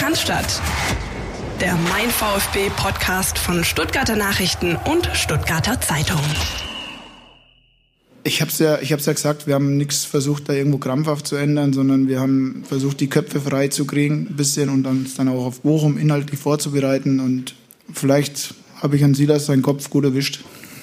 Cannstatt, der Mein VfB-Podcast von Stuttgarter Nachrichten und Stuttgarter Zeitung. Ich hab's ja gesagt, wir haben nichts versucht, da irgendwo krampfhaft zu ändern, sondern wir haben versucht, die Köpfe frei zu kriegen, ein bisschen, und dann auch auf Bochum inhaltlich vorzubereiten. Und vielleicht habe ich an Silas seinen Kopf gut erwischt.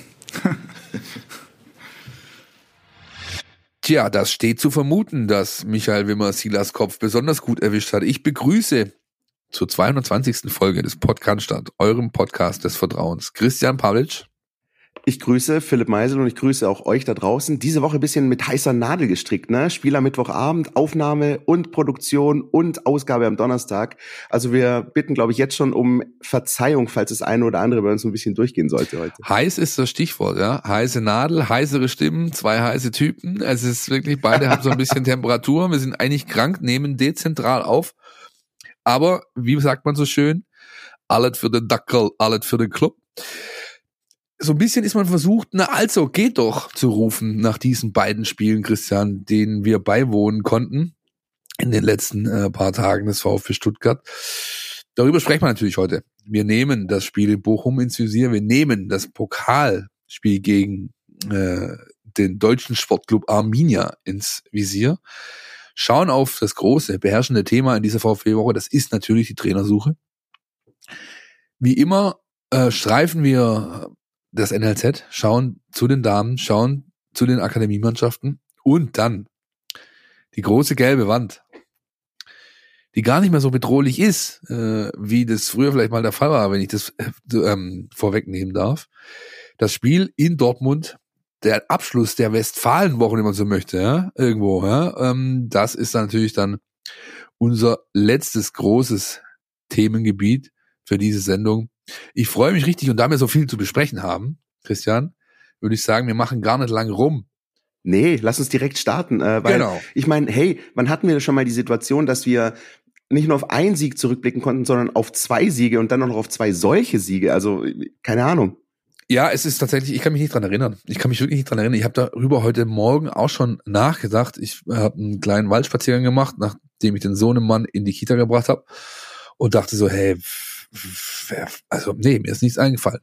Tja, das steht zu vermuten, dass Michael Wimmer Silas Kopf besonders gut erwischt hat. Ich begrüße zur 220. Folge des Cannstatt, eurem Podcast des Vertrauens, Christian Pavlic. Ich grüße Philipp Meisel und ich grüße auch euch da draußen. Diese Woche ein bisschen mit heißer Nadel gestrickt, ne? Spiel am Mittwochabend, Aufnahme und Produktion und Ausgabe am Donnerstag. Also wir bitten, glaube ich, jetzt schon um Verzeihung, falls das eine oder andere bei uns ein bisschen durchgehen sollte heute. Heiß ist das Stichwort, ja. Heiße Nadel, heißere Stimmen, zwei heiße Typen. Es ist wirklich, beide haben so ein bisschen Temperatur. Wir sind eigentlich krank, nehmen dezentral auf. Aber, wie sagt man so schön, alles für den Dackel, alles für den Club. So ein bisschen ist man versucht, na also, geht doch, zu rufen nach diesen beiden Spielen, Christian, denen wir beiwohnen konnten in den letzten paar Tagen des VfB Stuttgart. Darüber sprechen wir natürlich heute. Wir nehmen das Spiel in Bochum ins Visier, wir nehmen das Pokalspiel gegen den deutschen Sportclub Arminia ins Visier, schauen auf das große, beherrschende Thema in dieser VfB-Woche, das ist natürlich die Trainersuche. Wie immer streifen wir das NLZ, schauen zu den Damen, schauen zu den Akademiemannschaften und dann die große gelbe Wand, die gar nicht mehr so bedrohlich ist, wie das früher vielleicht mal der Fall war, wenn ich das vorwegnehmen darf. Das Spiel in Dortmund, der Abschluss der Westfalenwoche, wenn man so möchte, ja, irgendwo, ja, das ist dann natürlich dann unser letztes großes Themengebiet für diese Sendung. Ich freue mich richtig, und da wir so viel zu besprechen haben, Christian, würde ich sagen, wir machen gar nicht lang rum. Nee, lass uns direkt starten, weil genau. Ich meine, hey, wann hatten wir schon mal die Situation, dass wir nicht nur auf einen Sieg zurückblicken konnten, sondern auf 2 Siege und dann auch noch auf 2 solche Siege, also keine Ahnung. Ja, es ist tatsächlich, ich kann mich nicht dran erinnern. Ich kann mich wirklich nicht dran erinnern. Ich habe darüber heute Morgen auch schon nachgedacht. Ich habe einen kleinen Waldspaziergang gemacht, nachdem ich den Sohnemann in die Kita gebracht habe, und dachte so, hey, also nee, mir ist nichts eingefallen.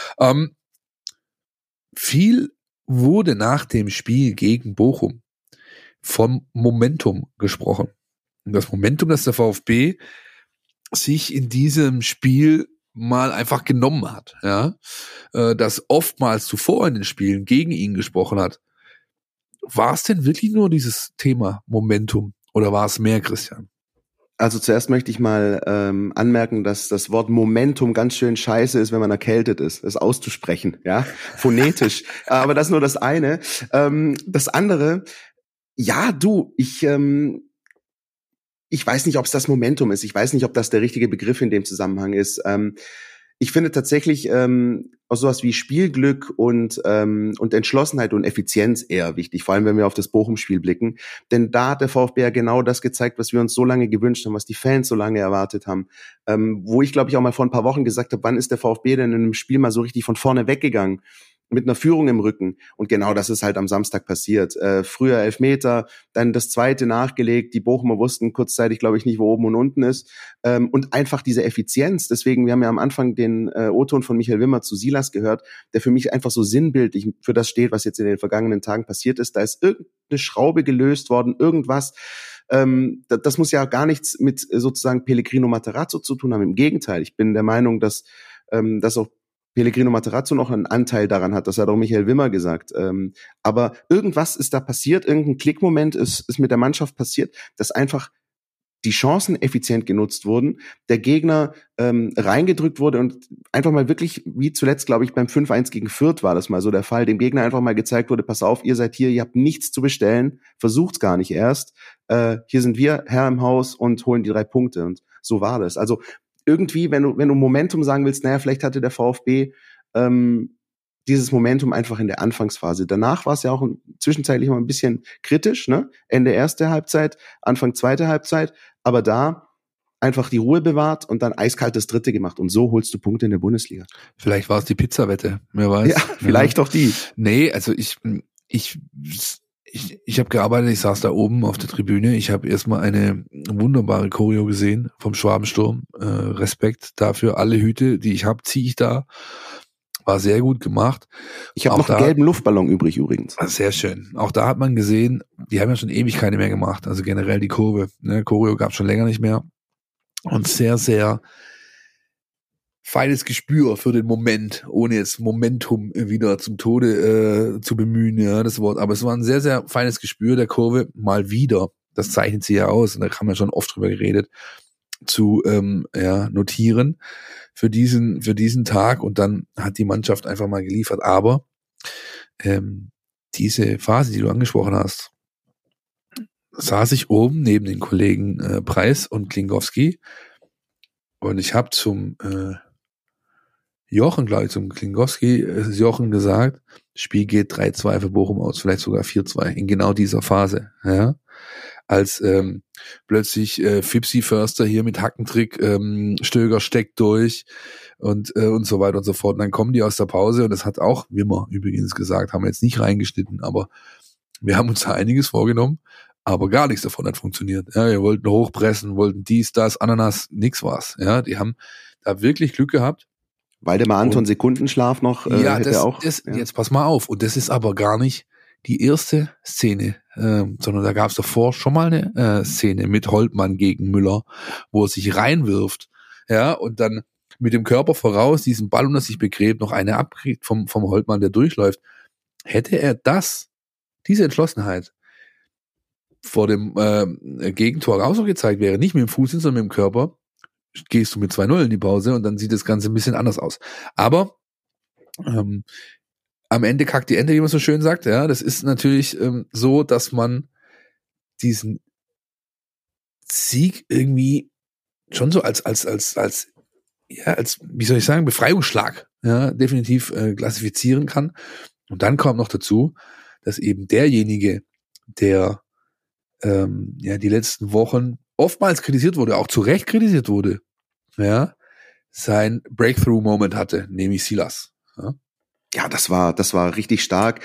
Viel wurde nach dem Spiel gegen Bochum vom Momentum gesprochen. Und das Momentum, das der VfB sich in diesem Spiel mal einfach genommen hat, ja, das oftmals zuvor in den Spielen gegen ihn gesprochen hat. War es denn wirklich nur dieses Thema Momentum oder war es mehr, Christian? Also zuerst möchte ich mal anmerken, dass das Wort Momentum ganz schön scheiße ist, wenn man erkältet ist, das auszusprechen, ja, phonetisch. Aber das ist nur das eine. Das andere, ja, ich weiß nicht, ob es das Momentum ist. Ich weiß nicht, ob das der richtige Begriff in dem Zusammenhang ist. Ich finde tatsächlich auch sowas wie Spielglück und Entschlossenheit und Effizienz eher wichtig, vor allem wenn wir auf das Bochum-Spiel blicken. Denn da hat der VfB ja genau das gezeigt, was wir uns so lange gewünscht haben, was die Fans so lange erwartet haben. Wo ich, glaube ich, auch mal vor ein paar Wochen gesagt habe, wann ist der VfB denn in einem Spiel mal so richtig von vorne weggegangen? Mit einer Führung im Rücken. Und genau das ist halt am Samstag passiert. Früher Elfmeter, dann das zweite nachgelegt. Die Bochumer wussten kurzzeitig, glaube ich, nicht, wo oben und unten ist. Und einfach diese Effizienz. Deswegen, wir haben ja am Anfang den O-Ton von Michael Wimmer zu Silas gehört, der für mich einfach so sinnbildlich für das steht, was jetzt in den vergangenen Tagen passiert ist. Da ist irgendeine Schraube gelöst worden, irgendwas. Das muss ja gar nichts mit sozusagen Pellegrino Matarazzo zu tun haben. Im Gegenteil, ich bin der Meinung, dass auch Pellegrino Matarazzo noch einen Anteil daran hat, das hat auch Michael Wimmer gesagt. Aber irgendwas ist da passiert, irgendein Klickmoment ist mit der Mannschaft passiert, dass einfach die Chancen effizient genutzt wurden, der Gegner reingedrückt wurde und einfach mal wirklich, wie zuletzt, glaube ich, beim 5-1 gegen Fürth war das mal so der Fall, dem Gegner einfach mal gezeigt wurde, pass auf, ihr seid hier, ihr habt nichts zu bestellen, versucht's gar nicht erst. Hier sind wir Herr im Haus und holen die 3 Punkte. Und so war das. Also irgendwie, wenn du Momentum sagen willst, naja, vielleicht hatte der VfB dieses Momentum einfach in der Anfangsphase. Danach war es ja auch zwischenzeitlich mal ein bisschen kritisch, ne? Ende erste Halbzeit, Anfang zweite Halbzeit, aber da einfach die Ruhe bewahrt und dann eiskalt das dritte gemacht und so holst du Punkte in der Bundesliga. Vielleicht war es die Pizzawette, wer weiß. Ja, vielleicht auch die. Nee, also ich ich habe gearbeitet, ich saß da oben auf der Tribüne, ich habe erstmal eine wunderbare Choreo gesehen vom Schwabensturm. Respekt dafür, alle Hüte, die ich habe, ziehe ich da. War sehr gut gemacht. Ich habe noch einen gelben Luftballon übrig übrigens. Sehr schön. Auch da hat man gesehen, die haben ja schon ewig keine mehr gemacht. Also generell die Kurve. Ne? Choreo gab es schon länger nicht mehr. Und sehr, sehr feines Gespür für den Moment, ohne jetzt Momentum wieder zum Tode zu bemühen, ja, das Wort. Aber es war ein sehr, sehr feines Gespür der Kurve, mal wieder. Das zeichnet sie ja aus. Und da haben wir schon oft drüber geredet, zu notieren für diesen Tag. Und dann hat die Mannschaft einfach mal geliefert. Aber diese Phase, die du angesprochen hast, saß ich oben neben den Kollegen Preis und Klingowski. Und ich habe zum Jochen, glaube ich, zum Klingowski, Jochen gesagt, Spiel geht 3-2 für Bochum aus, vielleicht sogar 4-2, in genau dieser Phase, ja. Als plötzlich Fipsi Förster hier mit Hackentrick, Stöger steckt durch und so weiter und so fort. Und dann kommen die aus der Pause und das hat auch Wimmer übrigens gesagt, haben wir jetzt nicht reingeschnitten, aber wir haben uns da einiges vorgenommen, aber gar nichts davon hat funktioniert. Ja, wir wollten hochpressen, wollten dies, das, Ananas, nix war's. Ja, die haben da wirklich Glück gehabt. Waldemar Anton Sekundenschlaf noch hätte auch. Jetzt pass mal auf. Und das ist aber gar nicht die erste Szene, sondern da gab es davor schon mal eine Szene mit Holtmann gegen Müller, wo er sich reinwirft, ja, und dann mit dem Körper voraus diesen Ball unter sich begräbt, noch eine abkriegt vom Holtmann, der durchläuft. Hätte er diese Entschlossenheit vor dem Gegentor rausgezeigt wäre, nicht mit dem Fuß, sondern mit dem Körper, gehst du mit 2-0 in die Pause und dann sieht das Ganze ein bisschen anders aus. Aber am Ende kackt die Ente, wie man so schön sagt. Ja, das ist natürlich so, dass man diesen Sieg irgendwie schon so als wie soll ich sagen, Befreiungsschlag, ja, definitiv klassifizieren kann. Und dann kommt noch dazu, dass eben derjenige, der die letzten Wochen oftmals kritisiert wurde, auch zu Recht kritisiert wurde, ja, sein Breakthrough-Moment hatte, nämlich Silas. Ja, das war richtig stark.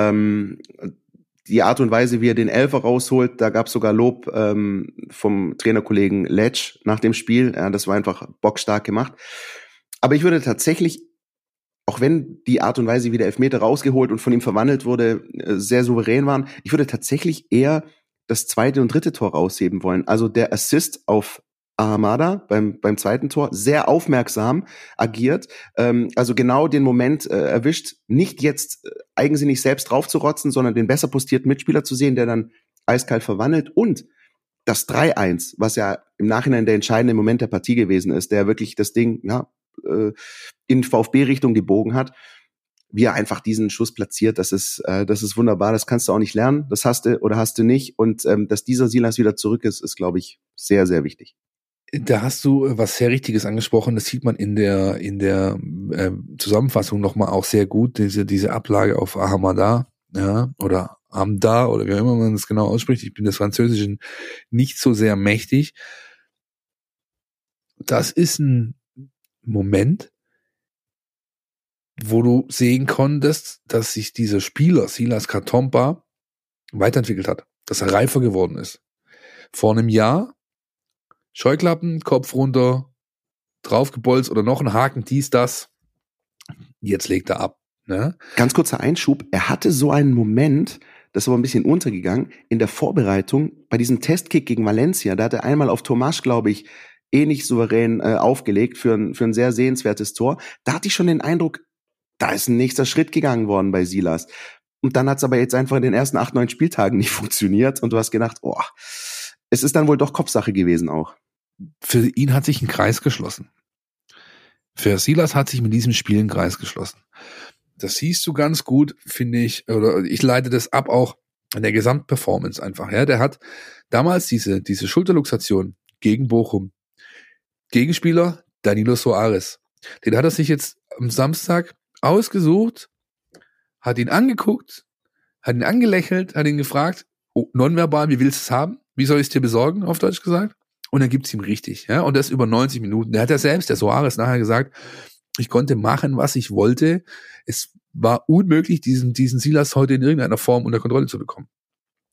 Die Art und Weise, wie er den Elfer rausholt, da gab es sogar Lob vom Trainerkollegen Letsch nach dem Spiel. Ja, das war einfach bockstark gemacht. Aber ich würde tatsächlich, auch wenn die Art und Weise, wie der Elfmeter rausgeholt und von ihm verwandelt wurde, sehr souverän waren, ich würde tatsächlich eher das zweite und dritte Tor rausheben wollen. Also der Assist auf Ahamada beim zweiten Tor, sehr aufmerksam agiert, also genau den Moment erwischt, nicht jetzt eigensinnig selbst draufzurotzen, sondern den besser postierten Mitspieler zu sehen, der dann eiskalt verwandelt, und das 3-1, was ja im Nachhinein der entscheidende Moment der Partie gewesen ist, der wirklich das Ding in VfB-Richtung gebogen hat, wie er einfach diesen Schuss platziert, das ist wunderbar, das kannst du auch nicht lernen, das hast du nicht, und dass dieser Silas wieder zurück ist, glaube ich, sehr, sehr wichtig. Da hast du was sehr Richtiges angesprochen, das sieht man in der Zusammenfassung nochmal auch sehr gut, diese Ablage auf Ahamada, ja, oder Amda, oder wie immer man es genau ausspricht, ich bin des Französischen nicht so sehr mächtig. Das ist ein Moment, wo du sehen konntest, dass sich dieser Spieler, Silas Katompa, weiterentwickelt hat, dass er reifer geworden ist. Vor einem Jahr Scheuklappen, Kopf runter, draufgebolzt oder noch ein Haken, dies, das. Jetzt legt er ab. Ne? Ganz kurzer Einschub, er hatte so einen Moment, das ist aber ein bisschen untergegangen, in der Vorbereitung bei diesem Testkick gegen Valencia, da hat er einmal auf Tomasch, glaube ich, nicht souverän aufgelegt für ein sehr sehenswertes Tor. Da hatte ich schon den Eindruck, da ist ein nächster Schritt gegangen worden bei Silas. Und dann hat es aber jetzt einfach in den ersten 8, 9 Spieltagen nicht funktioniert und du hast gedacht, es ist dann wohl doch Kopfsache gewesen auch. Für ihn hat sich ein Kreis geschlossen. Für Silas hat sich mit diesem Spiel ein Kreis geschlossen. Das siehst du ganz gut, finde ich, oder ich leite das ab auch an der Gesamtperformance einfach. Ja, der hat damals diese Schulterluxation gegen Bochum. Gegenspieler Danilo Soares. Den hat er sich jetzt am Samstag ausgesucht, hat ihn angeguckt, hat ihn angelächelt, hat ihn gefragt, nonverbal, wie willst du es haben? Wie soll ich es dir besorgen, auf Deutsch gesagt? Und dann gibt's ihm richtig, ja, und das über 90 Minuten. Der hat ja selbst, der Soares, nachher gesagt, ich konnte machen, was ich wollte. Es war unmöglich, diesen Silas heute in irgendeiner Form unter Kontrolle zu bekommen.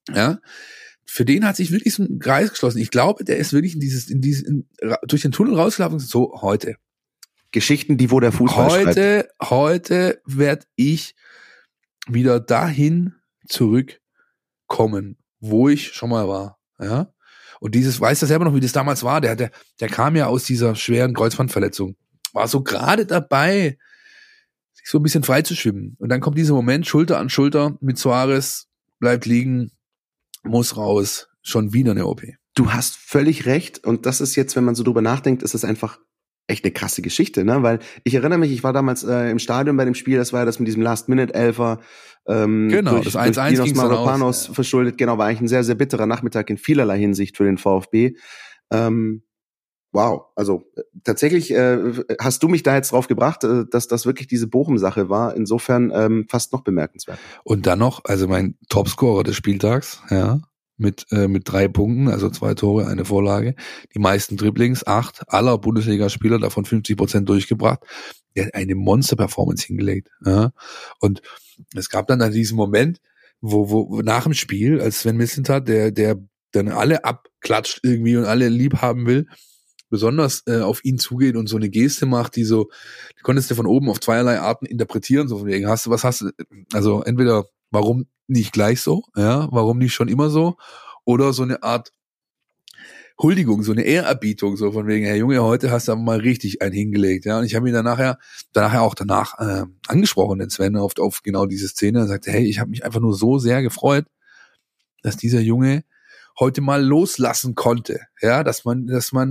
Ja, für den hat sich wirklich so ein Kreis geschlossen. Ich glaube, der ist wirklich durch den Tunnel rausgelaufen. So, heute. Geschichten, die wo der Fußball schreibt. Heute werde ich wieder dahin zurückkommen, wo ich schon mal war. Ja. Und weißt du selber noch, wie das damals war? Der kam ja aus dieser schweren Kreuzbandverletzung. War so gerade dabei, sich so ein bisschen frei zu schwimmen. Und dann kommt dieser Moment, Schulter an Schulter mit Suarez, bleibt liegen, muss raus, schon wieder eine OP. Du hast völlig recht. Und das ist jetzt, wenn man so drüber nachdenkt, ist es einfach echt eine krasse Geschichte, ne? Weil ich erinnere mich, ich war damals im Stadion bei dem Spiel, das war ja das mit diesem Last-Minute-Elfer, genau, durch das 1-1 Dinos ging's dann Mavropanos aus, verschuldet. Genau, war eigentlich ein sehr, sehr bitterer Nachmittag in vielerlei Hinsicht für den VfB. Wow, also tatsächlich hast du mich da jetzt drauf gebracht, dass das wirklich diese Bochum-Sache war. Insofern fast noch bemerkenswert. Und dann noch, also mein Topscorer des Spieltags, ja, mit 3 Punkten, also 2 Tore, eine Vorlage, die meisten Dribblings, 8 aller Bundesligaspieler, davon 50% durchgebracht. Der hat eine Monster-Performance hingelegt. Ja. Und es gab dann diesen Moment, wo nach dem Spiel, als Sven Mislintat, der dann alle abklatscht irgendwie und alle lieb haben will, besonders auf ihn zugeht und so eine Geste macht, die konntest du von oben auf zweierlei Arten interpretieren, so von wegen, also entweder warum nicht gleich so, ja, warum nicht schon immer so, oder so eine Art Huldigung, so eine Ehrerbietung, so von wegen, hey Junge, heute hast du aber mal richtig einen hingelegt, ja, und ich habe ihn danach angesprochen, den Sven, auf genau diese Szene, er sagte, hey, ich habe mich einfach nur so sehr gefreut, dass dieser Junge heute mal loslassen konnte, ja, dass man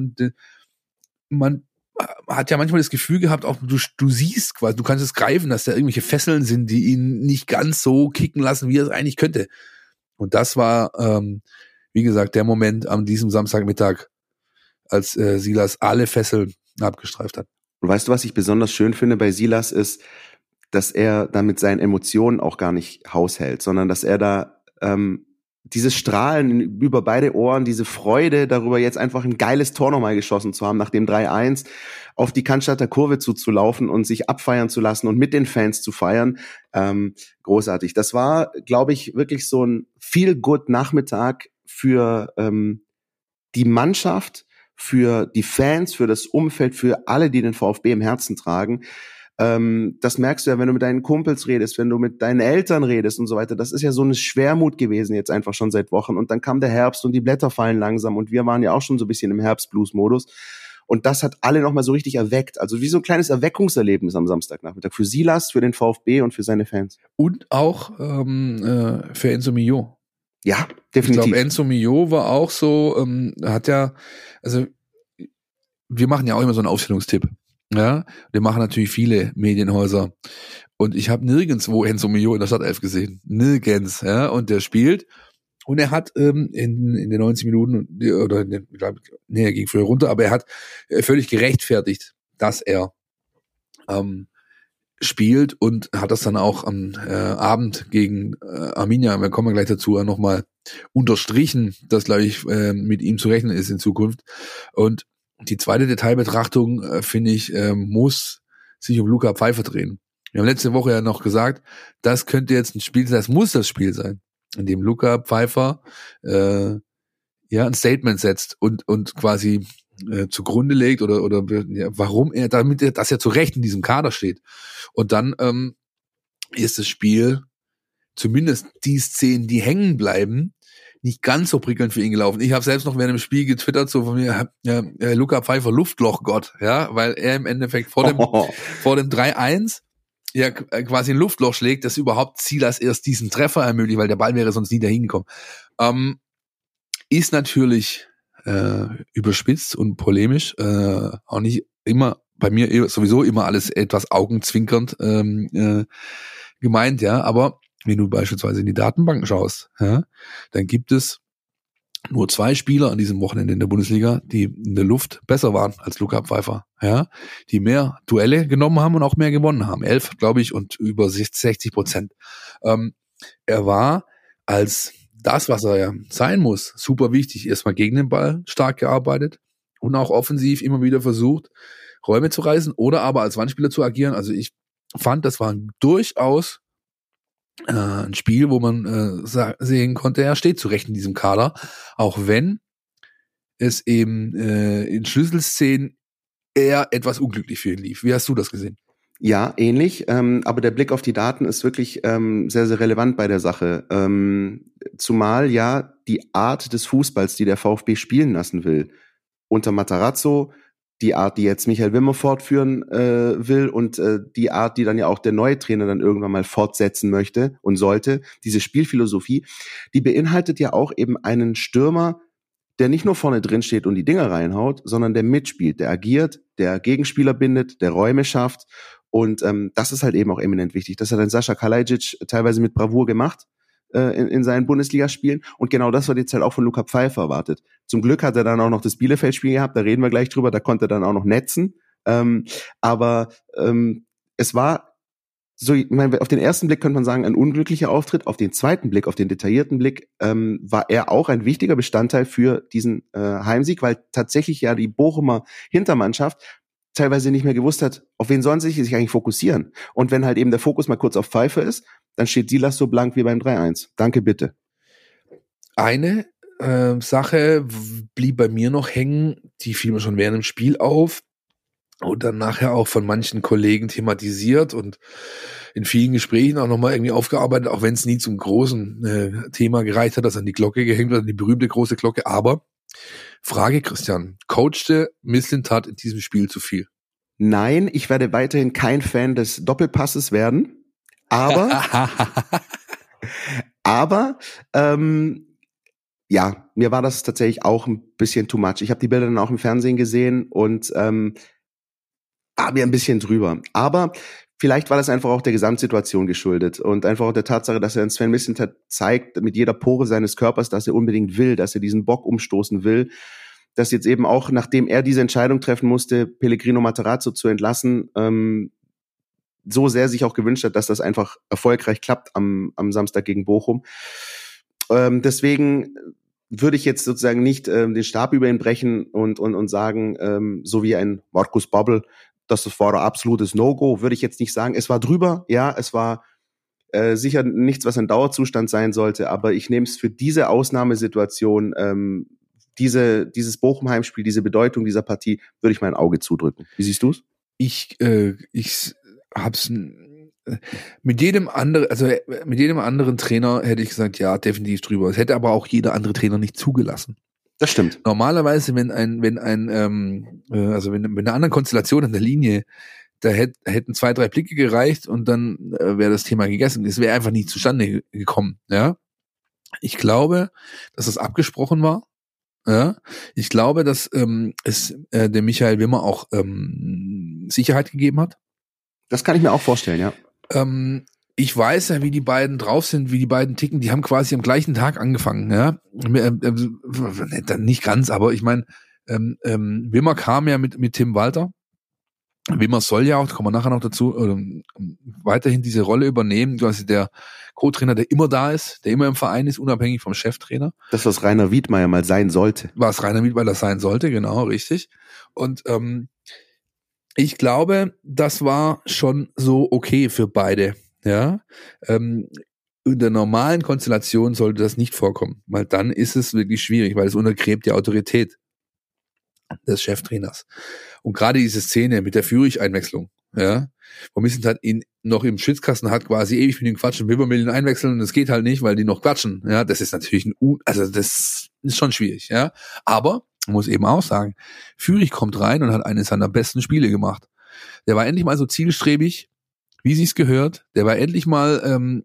hat ja manchmal das Gefühl gehabt, auch du siehst quasi, du kannst es greifen, dass da irgendwelche Fesseln sind, die ihn nicht ganz so kicken lassen, wie er es eigentlich könnte. Und das war, wie gesagt, der Moment an diesem Samstagmittag, als Silas alle Fesseln abgestreift hat. Und weißt du, was ich besonders schön finde bei Silas ist, dass er da mit seinen Emotionen auch gar nicht haushält, sondern dass er da dieses Strahlen über beide Ohren, diese Freude darüber, jetzt einfach ein geiles Tor nochmal geschossen zu haben, nach dem 3-1 auf die Cannstatter Kurve zuzulaufen und sich abfeiern zu lassen und mit den Fans zu feiern. Großartig. Das war, glaube ich, wirklich so ein Feel-Good-Nachmittag für die Mannschaft, für die Fans, für das Umfeld, für alle, die den VfB im Herzen tragen. Das merkst du ja, wenn du mit deinen Kumpels redest, wenn du mit deinen Eltern redest und so weiter. Das ist ja so eine Schwermut gewesen jetzt einfach schon seit Wochen. Und dann kam der Herbst und die Blätter fallen langsam und wir waren ja auch schon so ein bisschen im Herbst-Blues-Modus. Und das hat alle nochmal so richtig erweckt. Also wie so ein kleines Erweckungserlebnis am Samstagnachmittag. Für Silas, für den VfB und für seine Fans. Und auch für Enzo Mio. Ja, definitiv. Ich glaube, Enzo Mio war auch so, also wir machen ja auch immer so einen Aufstellungstipp. Ja, wir machen natürlich viele Medienhäuser und ich habe nirgendwo Enzo Mio in der Startelf gesehen. Nirgends, ja, und der spielt und er hat in den 90 Minuten er ging früher runter, aber er hat völlig gerechtfertigt, dass er spielt und hat das dann auch am Abend gegen Arminia, wir kommen gleich dazu, nochmal unterstrichen, dass, glaube ich, mit ihm zu rechnen ist in Zukunft. Und die zweite Detailbetrachtung, finde ich, muss sich um Luca Pfeiffer drehen. Wir haben letzte Woche ja noch gesagt, das könnte jetzt ein Spiel sein, das muss das Spiel sein, in dem Luca Pfeiffer ein Statement setzt und quasi zugrunde legt oder warum dass er zu Recht in diesem Kader steht. Und dann ist das Spiel, zumindest die Szenen, die hängen bleiben, nicht ganz so prickelnd für ihn gelaufen. Ich habe selbst noch während dem Spiel getwittert, so von mir, Luca Pfeiffer Luftlochgott, ja, weil er im Endeffekt vor dem 3-1 ja quasi ein Luftloch schlägt, das überhaupt Silas erst diesen Treffer ermöglicht, weil der Ball wäre sonst nie dahin gekommen. Ist natürlich überspitzt und polemisch, auch nicht immer, bei mir sowieso immer alles etwas augenzwinkernd gemeint, ja, aber wenn du beispielsweise in die Datenbanken schaust, ja, dann gibt es nur 2 Spieler an diesem Wochenende in der Bundesliga, die in der Luft besser waren als Luca Pfeiffer, ja, die mehr Duelle genommen haben und auch mehr gewonnen haben. 11, glaube ich, und über 60%. Er war als das, was er ja sein muss, super wichtig. Erstmal gegen den Ball stark gearbeitet und auch offensiv immer wieder versucht, Räume zu reißen oder aber als Wandspieler zu agieren. Also ich fand, das war ein durchaus ein Spiel, wo man sehen konnte, er steht zurecht in diesem Kader, auch wenn es eben in Schlüsselszenen eher etwas unglücklich für ihn lief. Wie hast du das gesehen? Ja, ähnlich, aber der Blick auf die Daten ist wirklich sehr, sehr relevant bei der Sache. Zumal ja die Art des Fußballs, die der VfB spielen lassen will, unter Matarazzo, die Art, die jetzt Michael Wimmer fortführen will und die Art, die dann ja auch der neue Trainer dann irgendwann mal fortsetzen möchte und sollte, diese Spielphilosophie, die beinhaltet ja auch eben einen Stürmer, der nicht nur vorne drin steht und die Dinger reinhaut, sondern der mitspielt, der agiert, der Gegenspieler bindet, der Räume schafft. Und das ist halt eben auch eminent wichtig. Das hat dann Sascha Kalajdzic teilweise mit Bravour gemacht in seinen Bundesligaspielen. Und genau das wird jetzt halt auch von Luca Pfeiffer erwartet. Zum Glück hat er dann auch noch das Bielefeld-Spiel gehabt, da reden wir gleich drüber, da konnte er dann auch noch netzen. Aber es war so, ich meine, auf den ersten Blick könnte man sagen, ein unglücklicher Auftritt. Auf den zweiten Blick, auf den detaillierten Blick, war er auch ein wichtiger Bestandteil für diesen Heimsieg, weil tatsächlich ja die Bochumer Hintermannschaft teilweise nicht mehr gewusst hat, auf wen sollen sie sich eigentlich fokussieren. Und wenn halt eben der Fokus mal kurz auf Pfeife ist, dann steht Silas so blank wie beim 3-1. Danke, bitte. Eine Sache blieb bei mir noch hängen, die fiel mir schon während dem Spiel auf und dann nachher auch von manchen Kollegen thematisiert und in vielen Gesprächen auch nochmal irgendwie aufgearbeitet, auch wenn es nie zum großen Thema gereicht hat, dass an die Glocke gehängt wird, an die berühmte große Glocke. Aber Frage, Christian, coachte Mislintat in diesem Spiel zu viel? Nein, ich werde weiterhin kein Fan des Doppelpasses werden, aber ja, mir war das tatsächlich auch ein bisschen too much. Ich habe die Bilder dann auch im Fernsehen gesehen und mir ein bisschen drüber. Aber vielleicht war das einfach auch der Gesamtsituation geschuldet und einfach auch der Tatsache, dass er Sven Mislintat zeigt, mit jeder Pore seines Körpers, dass er unbedingt will, dass er diesen Bock umstoßen will, dass jetzt eben auch, nachdem er diese Entscheidung treffen musste, Pellegrino Matarazzo zu entlassen, so sehr sich auch gewünscht hat, dass das einfach erfolgreich klappt am Samstag gegen Bochum. Deswegen würde ich jetzt sozusagen nicht den Stab über ihn brechen und sagen, so wie ein Markus Babbel, das war ein absolutes No-Go, würde ich jetzt nicht sagen. Es war drüber, ja, es war sicher nichts, was ein Dauerzustand sein sollte, aber ich nehme es für diese Ausnahmesituation, dieses Bochum-Heimspiel, diese Bedeutung dieser Partie, würde ich mein Auge zudrücken. Wie siehst du's? Ich hab's mit jedem anderen Trainer hätte ich gesagt, ja, definitiv drüber. Es hätte aber auch jeder andere Trainer nicht zugelassen. Das stimmt. Normalerweise, wenn eine andere Konstellation an der Linie, da hätten 2, 3 Blicke gereicht und dann wäre das Thema gegessen. Es wäre einfach nicht zustande gekommen. Ja, ich glaube, dass das abgesprochen war. Ja, ich glaube, dass es dem Michael Wimmer auch Sicherheit gegeben hat. Das kann ich mir auch vorstellen, ja. Ich weiß ja, wie die beiden drauf sind, wie die beiden ticken. Die haben quasi am gleichen Tag angefangen, ja. Nicht ganz, aber ich meine, Wimmer kam ja mit Tim Walter. Wimmer soll ja auch, da kommen wir nachher noch dazu, weiterhin diese Rolle übernehmen, quasi der Co-Trainer, der immer da ist, der immer im Verein ist, unabhängig vom Cheftrainer. Das, was Rainer Wiedmeier mal sein sollte. Was Rainer Wiedmeier sein sollte, genau, richtig. Und ich glaube, das war schon so okay für beide. Ja, in der normalen Konstellation sollte das nicht vorkommen, weil dann ist es wirklich schwierig, weil es untergräbt die Autorität des Cheftrainers. Und gerade diese Szene mit der Führig-Einwechslung, ja, wo Mislintat ihn noch im Schwitzkasten hat, quasi ewig mit ihm quatschen, Wimmer will ihn einwechseln und das geht halt nicht, weil die noch quatschen. Ja, das ist natürlich das ist schon schwierig, ja. Aber man muss eben auch sagen, Führig kommt rein und hat eines seiner besten Spiele gemacht. Der war endlich mal so zielstrebig, wie sich's gehört. Der war endlich mal,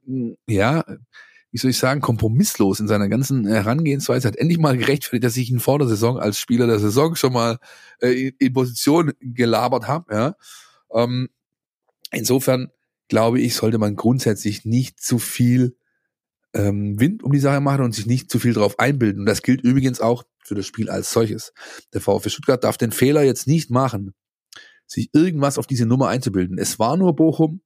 wie soll ich sagen, kompromisslos in seiner ganzen Herangehensweise. Hat endlich mal gerechtfertigt, dass ich ihn vor der Saison als Spieler der Saison schon mal in Position gelabert habe. Ja. Insofern glaube ich, sollte man grundsätzlich nicht zu viel Wind um die Sache machen und sich nicht zu viel drauf einbilden. Und das gilt übrigens auch für das Spiel als solches. Der VfB Stuttgart darf den Fehler jetzt nicht machen, sich irgendwas auf diese Nummer einzubilden. Es war nur Bochum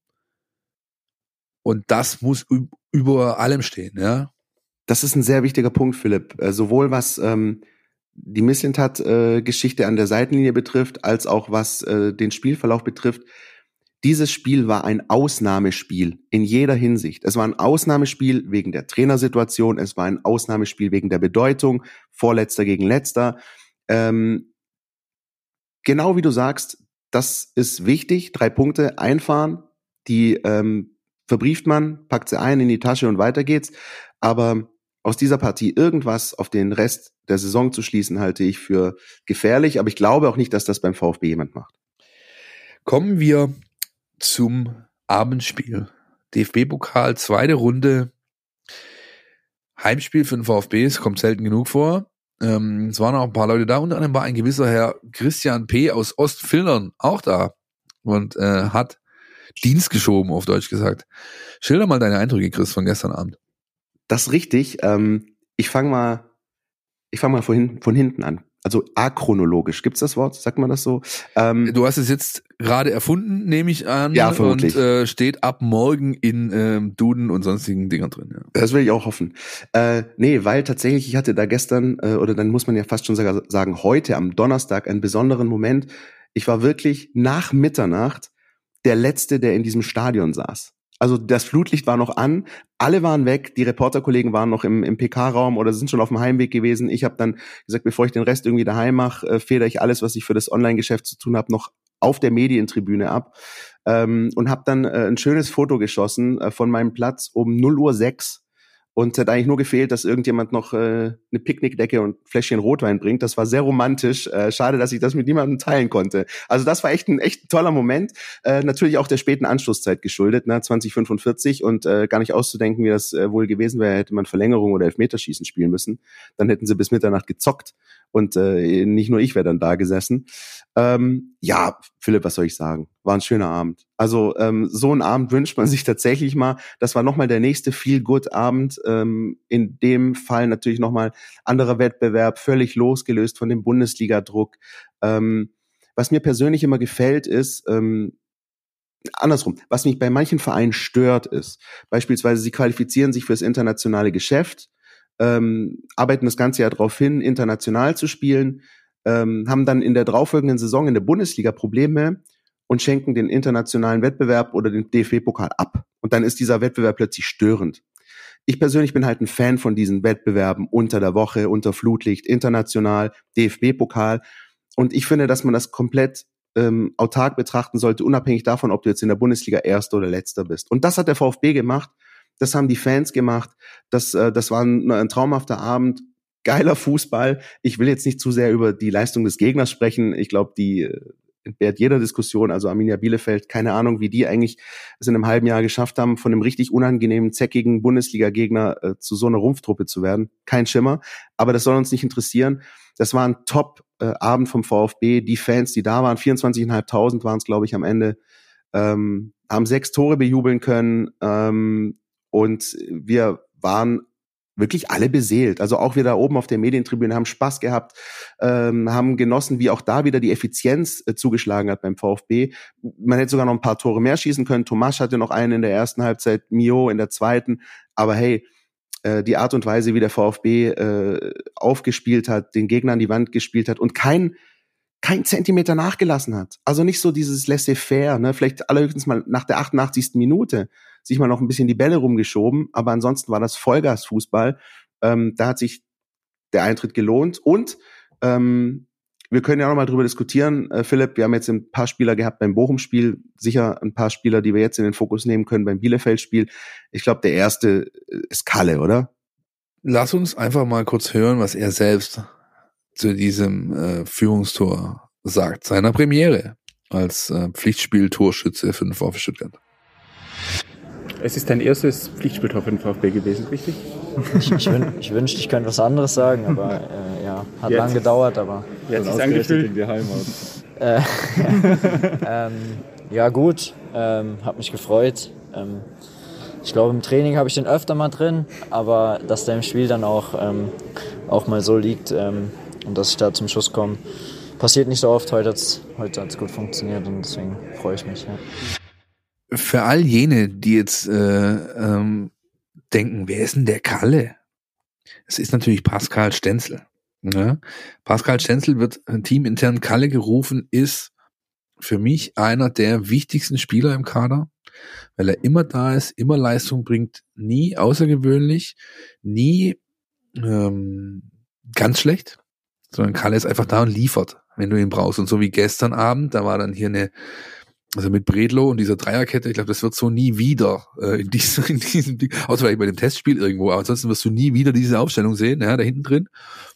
und das muss über allem stehen, ja. Das ist ein sehr wichtiger Punkt, Philipp. Sowohl was die Mislintat-Geschichte an der Seitenlinie betrifft, als auch was den Spielverlauf betrifft. dieses Spiel war ein Ausnahmespiel in jeder Hinsicht. Es war ein Ausnahmespiel wegen der Trainersituation, es war ein Ausnahmespiel wegen der Bedeutung, Vorletzter gegen Letzter. Genau wie du sagst, das ist wichtig, 3 Punkte einfahren, die verbrieft man, packt sie ein in die Tasche und weiter geht's. Aber aus dieser Partie irgendwas auf den Rest der Saison zu schließen, halte ich für gefährlich. Aber ich glaube auch nicht, dass das beim VfB jemand macht. Kommen wir zum Abendspiel. DFB-Pokal, 2. Runde. Heimspiel für den VfB, es kommt selten genug vor. Es waren auch ein paar Leute da, unter anderem war ein gewisser Herr Christian P. aus Ostfildern auch da und hat Dienst geschoben, auf Deutsch gesagt. Schilder mal deine Eindrücke, Chris, von gestern Abend. Das ist richtig. Ich fange mal von hinten an. Also achronologisch. Gibt's das Wort? Sagt man das so? Du hast es jetzt gerade erfunden, nehme ich an. Ja, vermutlich. Und steht ab morgen in Duden und sonstigen Dingern drin. Ja. Das will ich auch hoffen. Nee, weil tatsächlich, ich hatte da gestern, oder dann muss man ja fast schon sagen, heute am Donnerstag einen besonderen Moment. Ich war wirklich nach Mitternacht der Letzte, der in diesem Stadion saß. Also das Flutlicht war noch an, alle waren weg, die Reporterkollegen waren noch im PK-Raum oder sind schon auf dem Heimweg gewesen. Ich habe dann gesagt, bevor ich den Rest irgendwie daheim mache, federe ich alles, was ich für das Online-Geschäft zu tun habe, noch auf der Medientribüne ab und habe dann ein schönes Foto geschossen von meinem Platz um 0:06 Uhr. Und hat eigentlich nur gefehlt, dass irgendjemand noch eine Picknickdecke und ein Fläschchen Rotwein bringt. Das war sehr romantisch. Schade, dass ich das mit niemandem teilen konnte. Also das war echt ein toller Moment. Natürlich auch der späten Anschlusszeit geschuldet, ne? 20:45 und gar nicht auszudenken, wie das wohl gewesen wäre, hätte man Verlängerung oder Elfmeterschießen spielen müssen. Dann hätten sie bis Mitternacht gezockt und nicht nur ich wäre dann da gesessen. Ja, Philipp, was soll ich sagen? War ein schöner Abend. Also so einen Abend wünscht man sich tatsächlich mal. Das war nochmal der nächste Feel-Good-Abend. In dem Fall natürlich nochmal anderer Wettbewerb, völlig losgelöst von dem Bundesliga-Druck. Was mir persönlich immer gefällt, ist andersrum. Was mich bei manchen Vereinen stört, ist beispielsweise, sie qualifizieren sich fürs internationale Geschäft, arbeiten das ganze Jahr darauf hin, international zu spielen, haben dann in der darauffolgenden Saison in der Bundesliga Probleme und schenken den internationalen Wettbewerb oder den DFB-Pokal ab. Und dann ist dieser Wettbewerb plötzlich störend. Ich persönlich bin halt ein Fan von diesen Wettbewerben unter der Woche, unter Flutlicht, international, DFB-Pokal. Und ich finde, dass man das komplett autark betrachten sollte, unabhängig davon, ob du jetzt in der Bundesliga Erster oder Letzter bist. Und das hat der VfB gemacht. Das haben die Fans gemacht. Das war ein traumhafter Abend. Geiler Fußball. Ich will jetzt nicht zu sehr über die Leistung des Gegners sprechen. Ich glaube, die entbehrt jeder Diskussion. Also Arminia Bielefeld, keine Ahnung, wie die eigentlich es in einem halben Jahr geschafft haben, von einem richtig unangenehmen, zäckigen Bundesliga-Gegner zu so einer Rumpftruppe zu werden. Kein Schimmer. Aber das soll uns nicht interessieren. Das war ein Top-Abend vom VfB. Die Fans, die da waren, 24.500 waren es, glaube ich, am Ende, haben 6 Tore bejubeln können. Und wir waren wirklich alle beseelt. Also auch wir da oben auf der Medientribüne haben Spaß gehabt, haben genossen, wie auch da wieder die Effizienz zugeschlagen hat beim VfB. Man hätte sogar noch ein paar Tore mehr schießen können. Tomasch hatte noch einen in der ersten Halbzeit, Mio in der zweiten. Aber hey, die Art und Weise, wie der VfB aufgespielt hat, den Gegner an die Wand gespielt hat und kein Zentimeter nachgelassen hat. Also nicht so dieses Laissez-faire, ne? Vielleicht allerhöchstens mal nach der 88. Minute sich mal noch ein bisschen die Bälle rumgeschoben, aber ansonsten war das Vollgas-Fußball. Da hat sich der Eintritt gelohnt und wir können ja noch mal drüber diskutieren, Philipp, wir haben jetzt ein paar Spieler gehabt beim Bochum-Spiel, sicher ein paar Spieler, die wir jetzt in den Fokus nehmen können beim Bielefeld-Spiel. Ich glaube, der erste ist Kalle, oder? Lass uns einfach mal kurz hören, was er selbst zu diesem Führungstor sagt, seiner Premiere als Pflichtspiel-Torschütze für den VfB Stuttgart. Es ist dein erstes Pflichtspieltor für den VfB gewesen, richtig? Ich wünschte, ich könnte was anderes sagen, aber ja, hat lang gedauert, aber... Wie hat es sich angefühlt? In die Heimat. Ja gut, hat mich gefreut. Ich glaube, im Training habe ich den öfter mal drin, aber dass der im Spiel dann auch mal so liegt und dass ich da zum Schuss komme, passiert nicht so oft. Heute hat's gut funktioniert und deswegen freue ich mich. Ja. Für all jene, die jetzt denken, wer ist denn der Kalle? Es ist natürlich Pascal Stenzel. Ja? Pascal Stenzel wird teamintern Kalle gerufen, ist für mich einer der wichtigsten Spieler im Kader, weil er immer da ist, immer Leistung bringt, nie außergewöhnlich, nie ganz schlecht, sondern Kalle ist einfach da und liefert, wenn du ihn brauchst. Und so wie gestern Abend, da war dann hier also mit Bredlow und dieser Dreierkette, ich glaube, das wird so nie wieder in diesem Ding, außer vielleicht bei dem Testspiel irgendwo, aber ansonsten wirst du nie wieder diese Aufstellung sehen, ja, da hinten drin.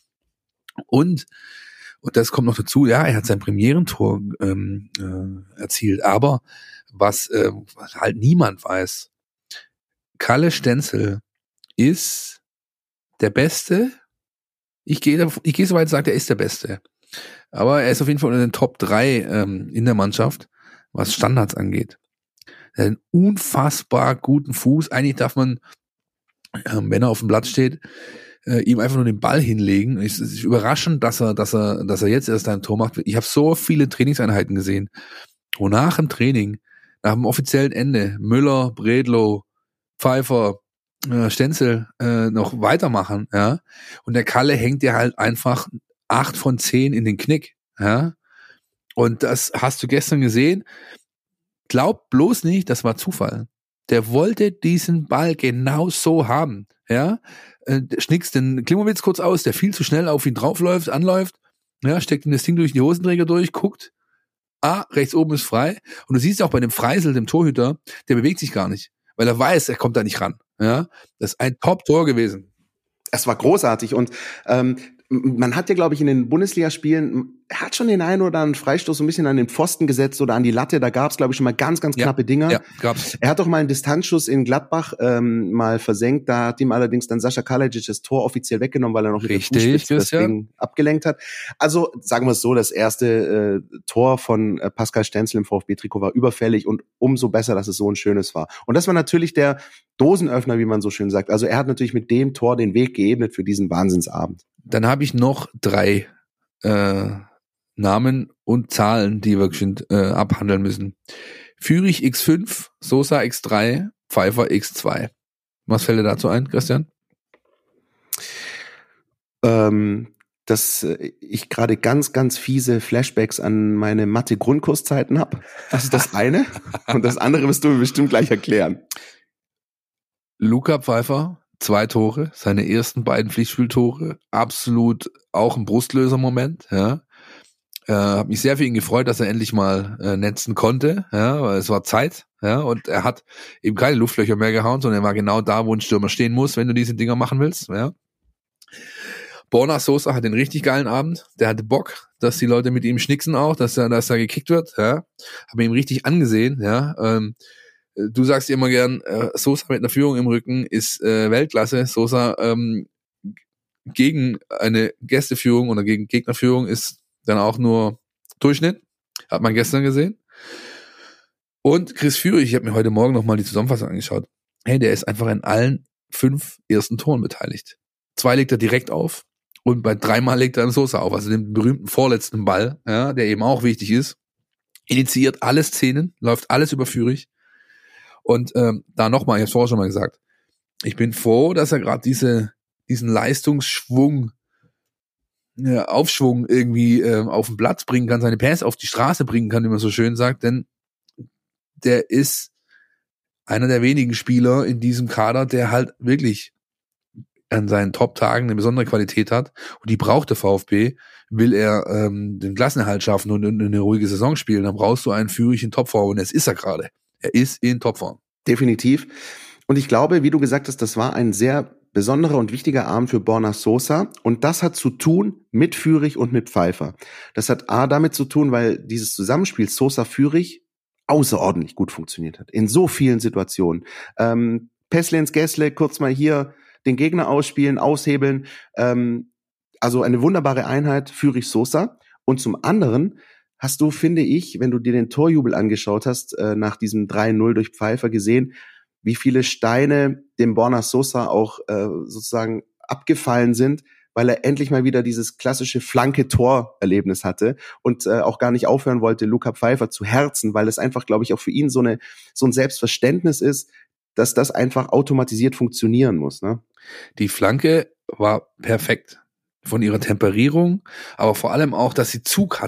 Und das kommt noch dazu, ja, er hat sein Premierentor erzielt, aber was halt niemand weiß, Kalle Stenzel ist der Beste. Ich gehe so weit und sage, er ist der Beste. Aber er ist auf jeden Fall unter den Top 3 in der Mannschaft, was Standards angeht. Er hat einen unfassbar guten Fuß. Eigentlich darf man, wenn er auf dem Platz steht, ihm einfach nur den Ball hinlegen. Es ist überraschend, dass er jetzt erst ein Tor macht. Ich habe so viele Trainingseinheiten gesehen, wo nach dem Training, nach dem offiziellen Ende, Müller, Bredlow, Pfeiffer, Stenzel noch weitermachen, ja. Und der Kalle hängt dir halt einfach 8 von 10 in den Knick, ja. Und das hast du gestern gesehen. Glaub bloß nicht, das war Zufall. Der wollte diesen Ball genau so haben, ja. Schnickst den Klimowitz kurz aus, der viel zu schnell auf ihn draufläuft, anläuft, ja, steckt ihm das Ding durch die Hosenträger durch, guckt, rechts oben ist frei. Und du siehst auch bei dem Freisel, dem Torhüter, der bewegt sich gar nicht, weil er weiß, er kommt da nicht ran. Ja, das ist ein Top-Tor gewesen. Es war großartig und man hat ja, glaube ich, in den Bundesligaspielen, er hat schon den einen oder anderen Freistoß so ein bisschen an den Pfosten gesetzt oder an die Latte. Da gab es, glaube ich, schon mal ganz, ganz knappe Dinger. Ja, gab's. Er hat doch mal einen Distanzschuss in Gladbach mal versenkt. Da hat ihm allerdings dann Sascha Kalajic das Tor offiziell weggenommen, weil er noch mit der Fußspitze das Ding abgelenkt hat. Also sagen wir es so, das erste Tor von Pascal Stenzel im VfB-Trikot war überfällig und umso besser, dass es so ein schönes war. Und das war natürlich der Dosenöffner, wie man so schön sagt. Also er hat natürlich mit dem Tor den Weg geebnet für diesen Wahnsinnsabend. Dann habe ich noch 3 Namen und Zahlen, die wir abhandeln müssen. Führig X5, Sosa X3, Pfeiffer X2. Was fällt dir dazu ein, Christian? Dass ich gerade ganz, ganz fiese Flashbacks an meine Mathe-Grundkurszeiten habe. Das ist das eine. Und das andere wirst du mir bestimmt gleich erklären. Luca Pfeiffer, 2 Tore, seine ersten beiden Pflichtspieltore, absolut auch ein Brustlöser-Moment, ja. Hab mich sehr für ihn gefreut, dass er endlich mal netzen konnte, ja, weil es war Zeit, ja, und er hat eben keine Luftlöcher mehr gehauen, sondern er war genau da, wo ein Stürmer stehen muss, wenn du diese Dinger machen willst, ja. Borna Sosa hat einen richtig geilen Abend, der hatte Bock, dass die Leute mit ihm schnicksen auch, dass er gekickt wird, ja. Hab ihm richtig angesehen, ja. Du sagst immer gern, Sosa mit einer Führung im Rücken ist Weltklasse. Sosa gegen eine Gästeführung oder gegen Gegnerführung ist dann auch nur Durchschnitt. Hat man gestern gesehen. Und Chris Führig, ich habe mir heute Morgen nochmal die Zusammenfassung angeschaut. Hey, der ist einfach in allen 5 ersten Toren beteiligt. 2 legt er direkt auf und bei 3-mal legt er einen Sosa auf. Also den berühmten vorletzten Ball, ja, der eben auch wichtig ist. Initiiert alle Szenen, läuft alles über Führig. Und da nochmal, ich habe es vorher schon mal gesagt, ich bin froh, dass er gerade diesen Leistungsschwung, Aufschwung irgendwie auf den Platz bringen kann, seine Pässe auf die Straße bringen kann, wie man so schön sagt, denn der ist einer der wenigen Spieler in diesem Kader, der halt wirklich an seinen Top-Tagen eine besondere Qualität hat und die braucht der VfB, will er den Klassenerhalt schaffen und eine ruhige Saison spielen, dann brauchst du einen Führig in Topform und das ist er gerade. Er ist in Topform. Definitiv. Und ich glaube, wie du gesagt hast, das war ein sehr besonderer und wichtiger Abend für Borna Sosa. Und das hat zu tun mit Führig und mit Pfeiffer. Das hat damit zu tun, weil dieses Zusammenspiel Sosa-Führig außerordentlich gut funktioniert hat. In so vielen Situationen. Pässle ins Gässle, kurz mal hier den Gegner ausspielen, aushebeln. Also eine wunderbare Einheit, Führig-Sosa. Und zum anderen hast du, finde ich, wenn du dir den Torjubel angeschaut hast, nach diesem 3-0 durch Pfeiffer gesehen, wie viele Steine dem Borna Sosa auch sozusagen abgefallen sind, weil er endlich mal wieder dieses klassische Flanke-Tor-Erlebnis hatte und auch gar nicht aufhören wollte, Luca Pfeiffer zu herzen, weil es einfach, glaube ich, auch für ihn so ein Selbstverständnis ist, dass das einfach automatisiert funktionieren muss. Ne? Die Flanke war perfekt von ihrer Temperierung, aber vor allem auch, dass sie Zug hatte.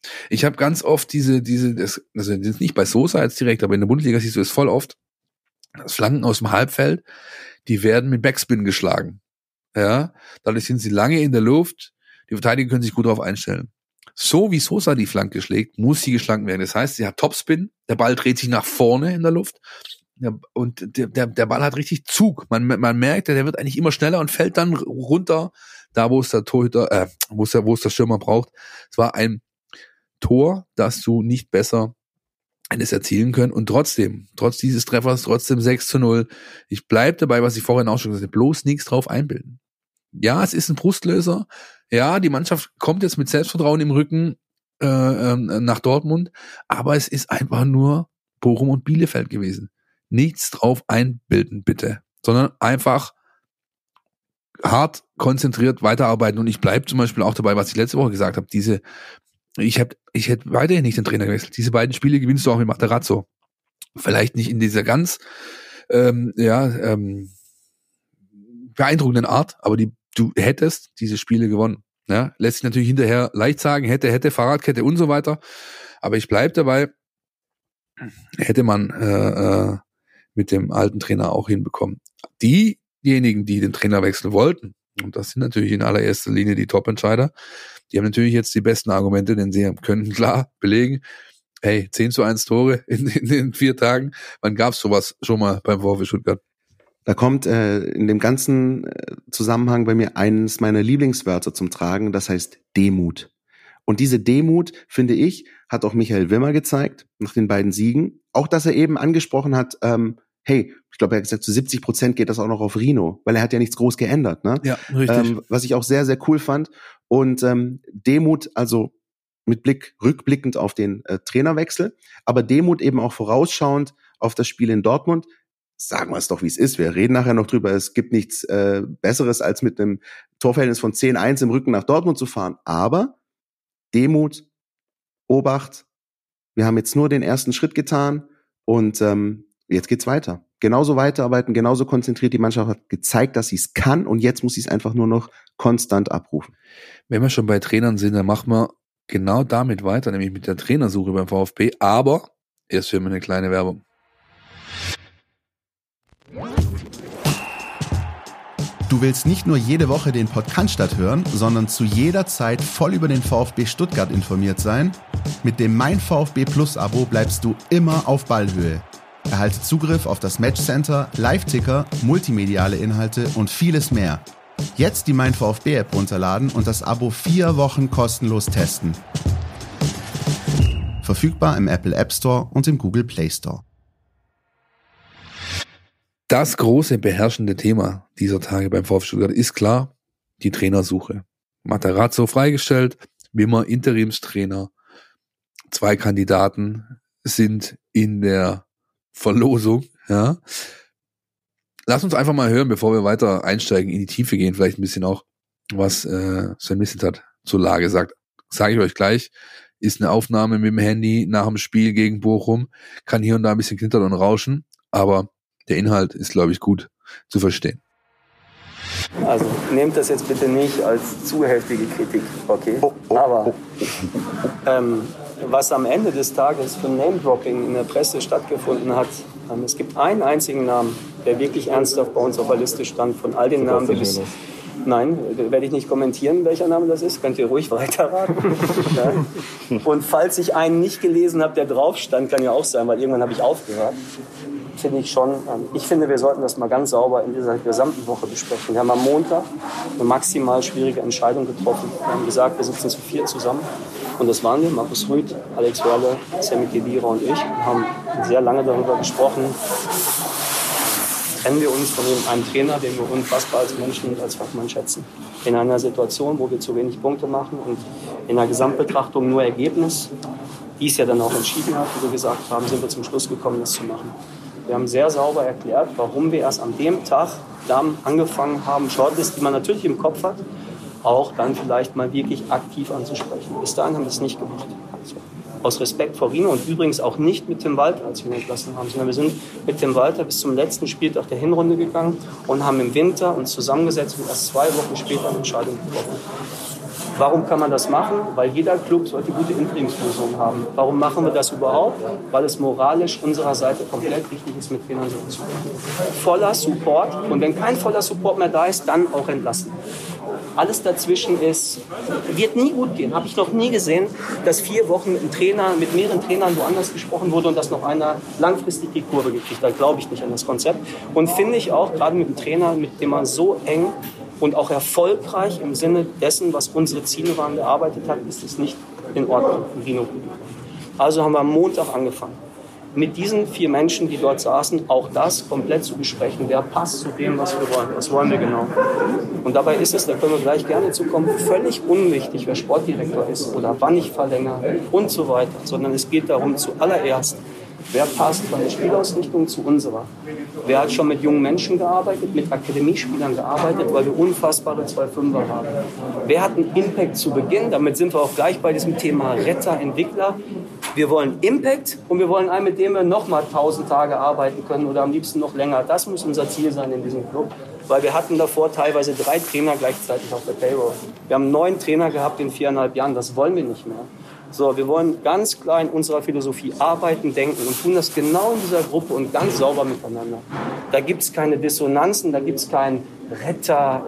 Ich habe ganz oft also das ist nicht bei Sosa jetzt direkt, aber in der Bundesliga siehst du es voll oft, dass Flanken aus dem Halbfeld, die werden mit Backspin geschlagen. Ja, dadurch sind sie lange in der Luft, die Verteidiger können sich gut darauf einstellen. So wie Sosa die Flanke schlägt, muss sie geschlagen werden. Das heißt, sie hat Topspin, der Ball dreht sich nach vorne in der Luft und der Ball hat richtig Zug. Man merkt, der wird eigentlich immer schneller und fällt dann runter, da wo es der Torhüter, wo es der Stürmer braucht. Es war ein Tor, das du nicht besser hättest erzielen können und trotz dieses Treffers, trotzdem 6-0. Ich bleib dabei, was ich vorhin auch schon gesagt habe, bloß nichts drauf einbilden. Ja, es ist ein Brustlöser. Ja, die Mannschaft kommt jetzt mit Selbstvertrauen im Rücken nach Dortmund, aber es ist einfach nur Bochum und Bielefeld gewesen. Nichts drauf einbilden, bitte, sondern einfach hart konzentriert weiterarbeiten und ich bleibe zum Beispiel auch dabei, was ich letzte Woche gesagt habe, ich hätte weiterhin nicht den Trainer gewechselt. Diese beiden Spiele gewinnst du auch mit Materazzo. Vielleicht nicht in dieser ganz beeindruckenden Art, aber du hättest diese Spiele gewonnen. Ja, lässt sich natürlich hinterher leicht sagen, hätte, Fahrradkette und so weiter. Aber ich bleibe dabei, hätte man mit dem alten Trainer auch hinbekommen. Diejenigen, die den Trainer wechseln wollten, und das sind natürlich in allererster Linie die Top-Entscheider, die haben natürlich jetzt die besten Argumente, denn sie können klar belegen, hey, 10-1 Tore in den 4 Tagen, wann gab's sowas schon mal beim VfB Stuttgart? Da kommt in dem ganzen Zusammenhang bei mir eines meiner Lieblingswörter zum Tragen, das heißt Demut. Und diese Demut, finde ich, hat auch Michael Wimmer gezeigt, nach den beiden Siegen. Auch, dass er eben angesprochen hat, hey, ich glaube, er hat gesagt, zu 70% geht das auch noch auf Rino, weil er hat ja nichts groß geändert. Ne? Ja, richtig. Was ich auch sehr, sehr cool fand. Und Demut, also mit Blick rückblickend auf den Trainerwechsel, aber Demut eben auch vorausschauend auf das Spiel in Dortmund. Sagen wir es doch, wie es ist. Wir reden nachher noch drüber. Es gibt nichts Besseres, als mit einem Torverhältnis von 10-1 im Rücken nach Dortmund zu fahren. Aber Demut, Obacht, wir haben jetzt nur den ersten Schritt getan und jetzt geht's weiter. Genauso weiterarbeiten, genauso konzentriert. Die Mannschaft hat gezeigt, dass sie es kann und jetzt muss sie es einfach nur noch konstant abrufen. Wenn wir schon bei Trainern sind, dann machen wir genau damit weiter, nämlich mit der Trainersuche beim VfB. Aber erst für eine kleine Werbung. Du willst nicht nur jede Woche den Podcast hören, sondern zu jeder Zeit voll über den VfB Stuttgart informiert sein? Mit dem Mein VfB Plus Abo bleibst du immer auf Ballhöhe. Erhalte Zugriff auf das Matchcenter, Live-Ticker, multimediale Inhalte und vieles mehr. Jetzt die Mein VfB App runterladen und das Abo 4 Wochen kostenlos testen. Verfügbar im Apple App Store und im Google Play Store. Das große beherrschende Thema dieser Tage beim VfB Stuttgart ist klar die Trainersuche. Materazzo freigestellt, Wimmer Interimstrainer. 2 Kandidaten sind in der Verlosung. Ja. Lass uns einfach mal hören, bevor wir weiter einsteigen, in die Tiefe gehen, vielleicht ein bisschen auch, was Sven Mislintat zur Lage sagt. Sage ich euch gleich, ist eine Aufnahme mit dem Handy nach dem Spiel gegen Bochum, kann hier und da ein bisschen knittern und rauschen, aber der Inhalt ist, glaube ich, gut zu verstehen. Also nehmt das jetzt bitte nicht als zu heftige Kritik, okay? Aber was am Ende des Tages für Name-Dropping in der Presse stattgefunden hat, es gibt einen einzigen Namen, der wirklich ernsthaft bei uns auf der Liste stand, von all den Namen, die bis... Nein, werde ich nicht kommentieren, welcher Name das ist. Könnt ihr ruhig weiterraten. Ja. Und falls ich einen nicht gelesen habe, der drauf stand, kann ja auch sein, weil irgendwann habe ich aufgehört. Finde ich schon. Ich finde, wir sollten das mal ganz sauber in dieser gesamten Woche besprechen. Wir haben am Montag eine maximal schwierige Entscheidung getroffen. Wir haben gesagt, wir sitzen zu 4 zusammen. Und das waren wir, Markus Rüth, Alex Wörle, Sammy Kedira und ich. Wir haben sehr lange darüber gesprochen. Trennen wir uns von einem Trainer, den wir unfassbar als Menschen und als Fachmann schätzen. In einer Situation, wo wir zu wenig Punkte machen und in der Gesamtbetrachtung nur Ergebnis, die es ja dann auch entschieden hat, wie wir gesagt haben, sind wir zum Schluss gekommen, das zu machen. Wir haben sehr sauber erklärt, warum wir erst an dem Tag dann angefangen haben, Shortlist, die man natürlich im Kopf hat, auch dann vielleicht mal wirklich aktiv anzusprechen. Bis dahin haben wir es nicht gemacht. So. Aus Respekt vor Rino und übrigens auch nicht mit Tim Walter, als wir ihn entlassen haben, sondern wir sind mit Tim Walter bis zum letzten Spieltag der Hinrunde gegangen und haben im Winter uns zusammengesetzt und erst 2 Wochen später eine Entscheidung getroffen. Warum kann man das machen? Weil jeder Club sollte gute Interimslösungen haben. Warum machen wir das überhaupt? Weil es moralisch unserer Seite komplett wichtig ist, mit Trainern so umzugehen. Voller Support, und wenn kein voller Support mehr da ist, dann auch entlassen. Alles dazwischen wird nie gut gehen. Habe ich noch nie gesehen, dass 4 Wochen mit mehreren Trainern woanders gesprochen wurde und dass noch einer langfristig die Kurve gekriegt hat. Glaube ich nicht an das Konzept. Und finde ich auch, gerade mit einem Trainer, mit dem man so eng und auch erfolgreich im Sinne dessen, was unsere Ziele waren, gearbeitet hat, ist es nicht in Ordnung. Also haben wir am Montag angefangen, mit diesen 4 Menschen, die dort saßen, auch das komplett zu besprechen. Wer passt zu dem, was wir wollen? Was wollen wir genau? Und dabei ist es, da können wir gleich gerne zukommen, völlig unwichtig, wer Sportdirektor ist oder wann ich verlängere und so weiter. Sondern es geht darum, zuallererst, wer passt von der Spielausrichtung zu unserer? Wer hat schon mit jungen Menschen gearbeitet, mit Akademiespielern gearbeitet, weil wir unfassbare 2-5er haben? Wer hat einen Impact zu Beginn? Damit sind wir auch gleich bei diesem Thema Retter, Entwickler. Wir wollen Impact und wir wollen einen, mit dem wir nochmal 1000 Tage arbeiten können oder am liebsten noch länger. Das muss unser Ziel sein in diesem Club. Weil wir hatten davor teilweise 3 Trainer gleichzeitig auf der Payroll. Wir haben 9 Trainer gehabt in 4,5 Jahren. Das wollen wir nicht mehr. So, wir wollen ganz klar in unserer Philosophie arbeiten, denken und tun das genau in dieser Gruppe und ganz sauber miteinander. Da gibt es keine Dissonanzen, da gibt es keinen Retter,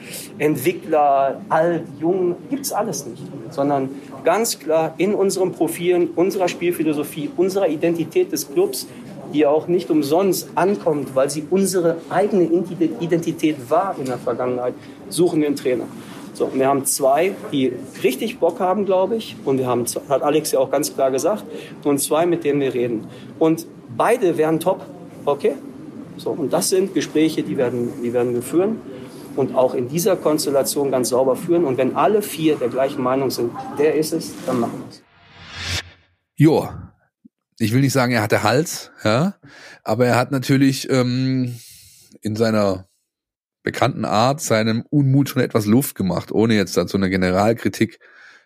Entwickler, alt, jung, gibt es alles nicht. Sondern ganz klar in unseren Profilen, unserer Spielphilosophie, unserer Identität des Clubs, die auch nicht umsonst ankommt, weil sie unsere eigene Identität war in der Vergangenheit, suchen wir einen Trainer. So, wir haben 2, die richtig Bock haben, glaube ich. Und wir haben, hat Alex ja auch ganz klar gesagt, und 2, mit denen wir reden. Und beide wären top, okay? So, und das sind Gespräche, die werden wir führen. Und auch in dieser Konstellation ganz sauber führen. Und wenn alle 4 der gleichen Meinung sind, der ist es, dann machen wir es. Jo, ich will nicht sagen, er hatte Hals, ja, aber er hat natürlich in seiner bekannten Art seinem Unmut schon etwas Luft gemacht, ohne jetzt dazu eine Generalkritik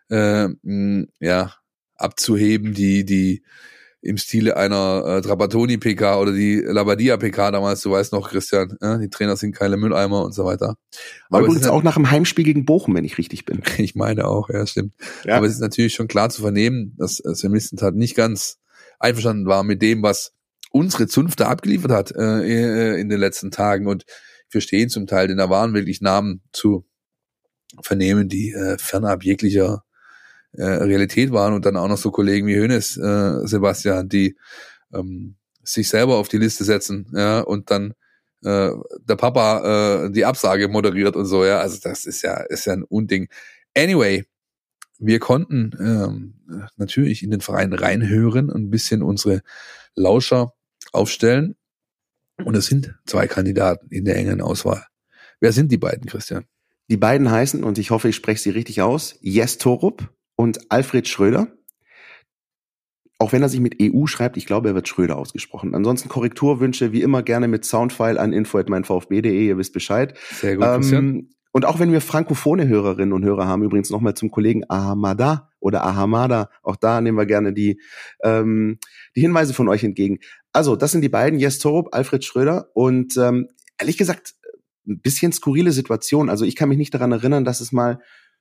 abzuheben, die im Stile einer Trapattoni-PK oder die Labadia-PK damals, du weißt noch, Christian, die Trainer sind keine Mülleimer und so weiter. War übrigens auch nach dem Heimspiel gegen Bochum, wenn ich richtig bin. Ich meine auch, ja, stimmt. Ja. Aber es ist natürlich schon klar zu vernehmen, dass Sven Mislintat nicht ganz einverstanden war mit dem, was unsere Zunft da abgeliefert hat in den letzten Tagen, und wir verstehen zum Teil, denn da waren wirklich Namen zu vernehmen, die fernab jeglicher Realität waren, und dann auch noch so Kollegen wie Hoeneß, Sebastian, die sich selber auf die Liste setzen, ja, und dann der Papa die Absage moderiert und so, ja, also das ist ja ein Unding. Anyway, wir konnten natürlich in den Verein reinhören und ein bisschen unsere Lauscher aufstellen, und es sind 2 Kandidaten in der engen Auswahl. Wer sind die beiden, Christian? Die beiden heißen, und ich hoffe, ich spreche sie richtig aus, Jes Torup und Alfred Schröder. Auch wenn er sich mit EU schreibt, ich glaube, er wird Schröder ausgesprochen. Ansonsten Korrekturwünsche wie immer gerne mit Soundfile an info@meinvfb.de, ihr wisst Bescheid. Sehr gut, Christian. Und auch wenn wir frankophone Hörerinnen und Hörer haben, übrigens nochmal zum Kollegen Ahamada, auch da nehmen wir gerne die Hinweise von euch entgegen. Also, das sind die beiden, Jes Torup, Alfred Schröder, und ehrlich gesagt, ein bisschen skurrile Situation. Also ich kann mich nicht daran erinnern, dass es mal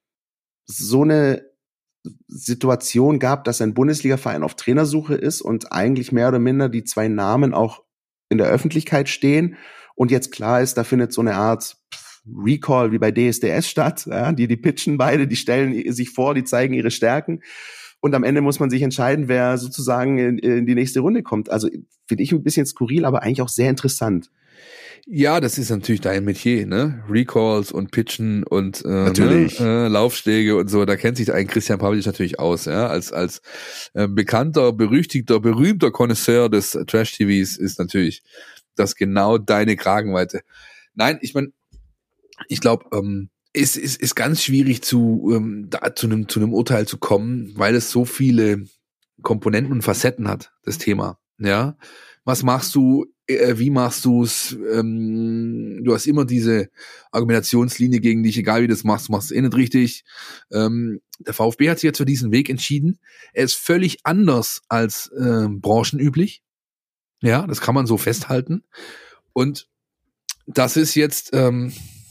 so eine Situation gab, dass ein Bundesliga-Verein auf Trainersuche ist und eigentlich mehr oder minder die 2 Namen auch in der Öffentlichkeit stehen und jetzt klar ist, da findet so eine Art Recall wie bei DSDS statt, ja, die pitchen beide, die stellen sich vor, die zeigen ihre Stärken, und am Ende muss man sich entscheiden, wer sozusagen in die nächste Runde kommt. Also finde ich ein bisschen skurril, aber eigentlich auch sehr interessant. Ja, das ist natürlich dein Metier, ne? Recalls und Pitchen und natürlich. Laufschläge und so. Da kennt sich ein Christian Pavlic natürlich aus, ja? Als bekannter, berüchtigter, berühmter Connoisseur des Trash-TVs ist natürlich das genau deine Kragenweite. Nein, ich meine, ich glaube, es ist ganz schwierig zu einem Urteil zu kommen, weil es so viele Komponenten und Facetten hat, das Thema. Ja, was machst du? Wie machst du es? Du hast immer diese Argumentationslinie gegen dich, egal wie du das machst, du machst es eh nicht richtig. Der VfB hat sich jetzt für diesen Weg entschieden. Er ist völlig anders als branchenüblich. Ja, das kann man so festhalten. Und das ist jetzt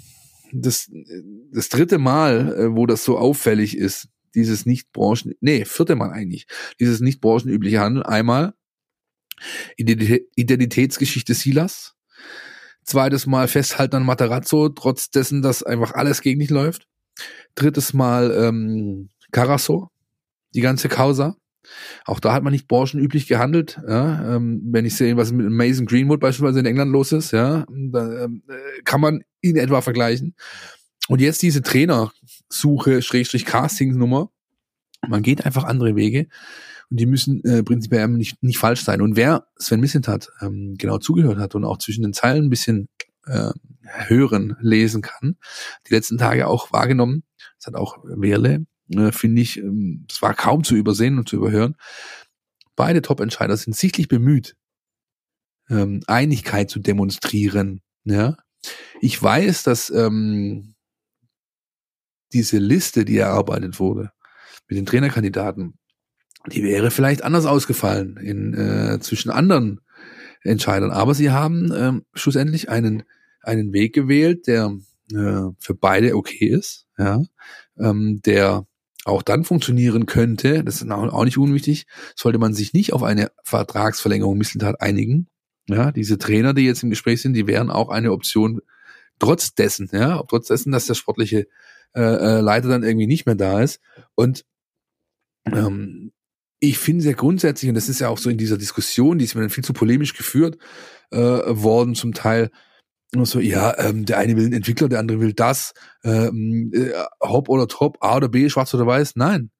das dritte Mal, wo das so auffällig ist, dieses vierte Mal eigentlich, dieses nicht branchenübliche Handeln. Einmal Identitätsgeschichte Silas. Zweites Mal Festhalten an Matarazzo, trotz dessen, dass einfach alles gegen dich läuft. Drittes Mal Carasso, die ganze Causa. Auch da hat man nicht branchenüblich gehandelt. Ja, wenn ich sehe, was mit Mason Greenwood beispielsweise in England los ist, ja, da kann man ihn etwa vergleichen. Und jetzt diese Trainersuche, Castingsnummer. Man geht einfach andere Wege und die müssen prinzipiell nicht falsch sein. Und wer Sven Mislintat genau zugehört hat und auch zwischen den Zeilen ein bisschen hören, lesen kann, die letzten Tage auch wahrgenommen, das hat auch Wehrle, finde ich, das war kaum zu übersehen und zu überhören. Beide Top-Entscheider sind sichtlich bemüht, Einigkeit zu demonstrieren. Ja? Ich weiß, dass diese Liste, die erarbeitet wurde, mit den Trainerkandidaten, die wäre vielleicht anders ausgefallen zwischen anderen Entscheidern. Aber sie haben schlussendlich einen Weg gewählt, der für beide okay ist, ja, der auch dann funktionieren könnte, das ist auch nicht unwichtig, sollte man sich nicht auf eine Vertragsverlängerung Mislintat einigen. Ja, diese Trainer, die jetzt im Gespräch sind, die wären auch eine Option, trotz dessen, dass der sportliche Leiter dann irgendwie nicht mehr da ist. Und ich finde sehr grundsätzlich, und das ist ja auch so in dieser Diskussion, die ist mir dann viel zu polemisch geführt worden, zum Teil so, der eine will einen Entwickler, der andere will das, Hop oder Top, A oder B, schwarz oder weiß. Nein,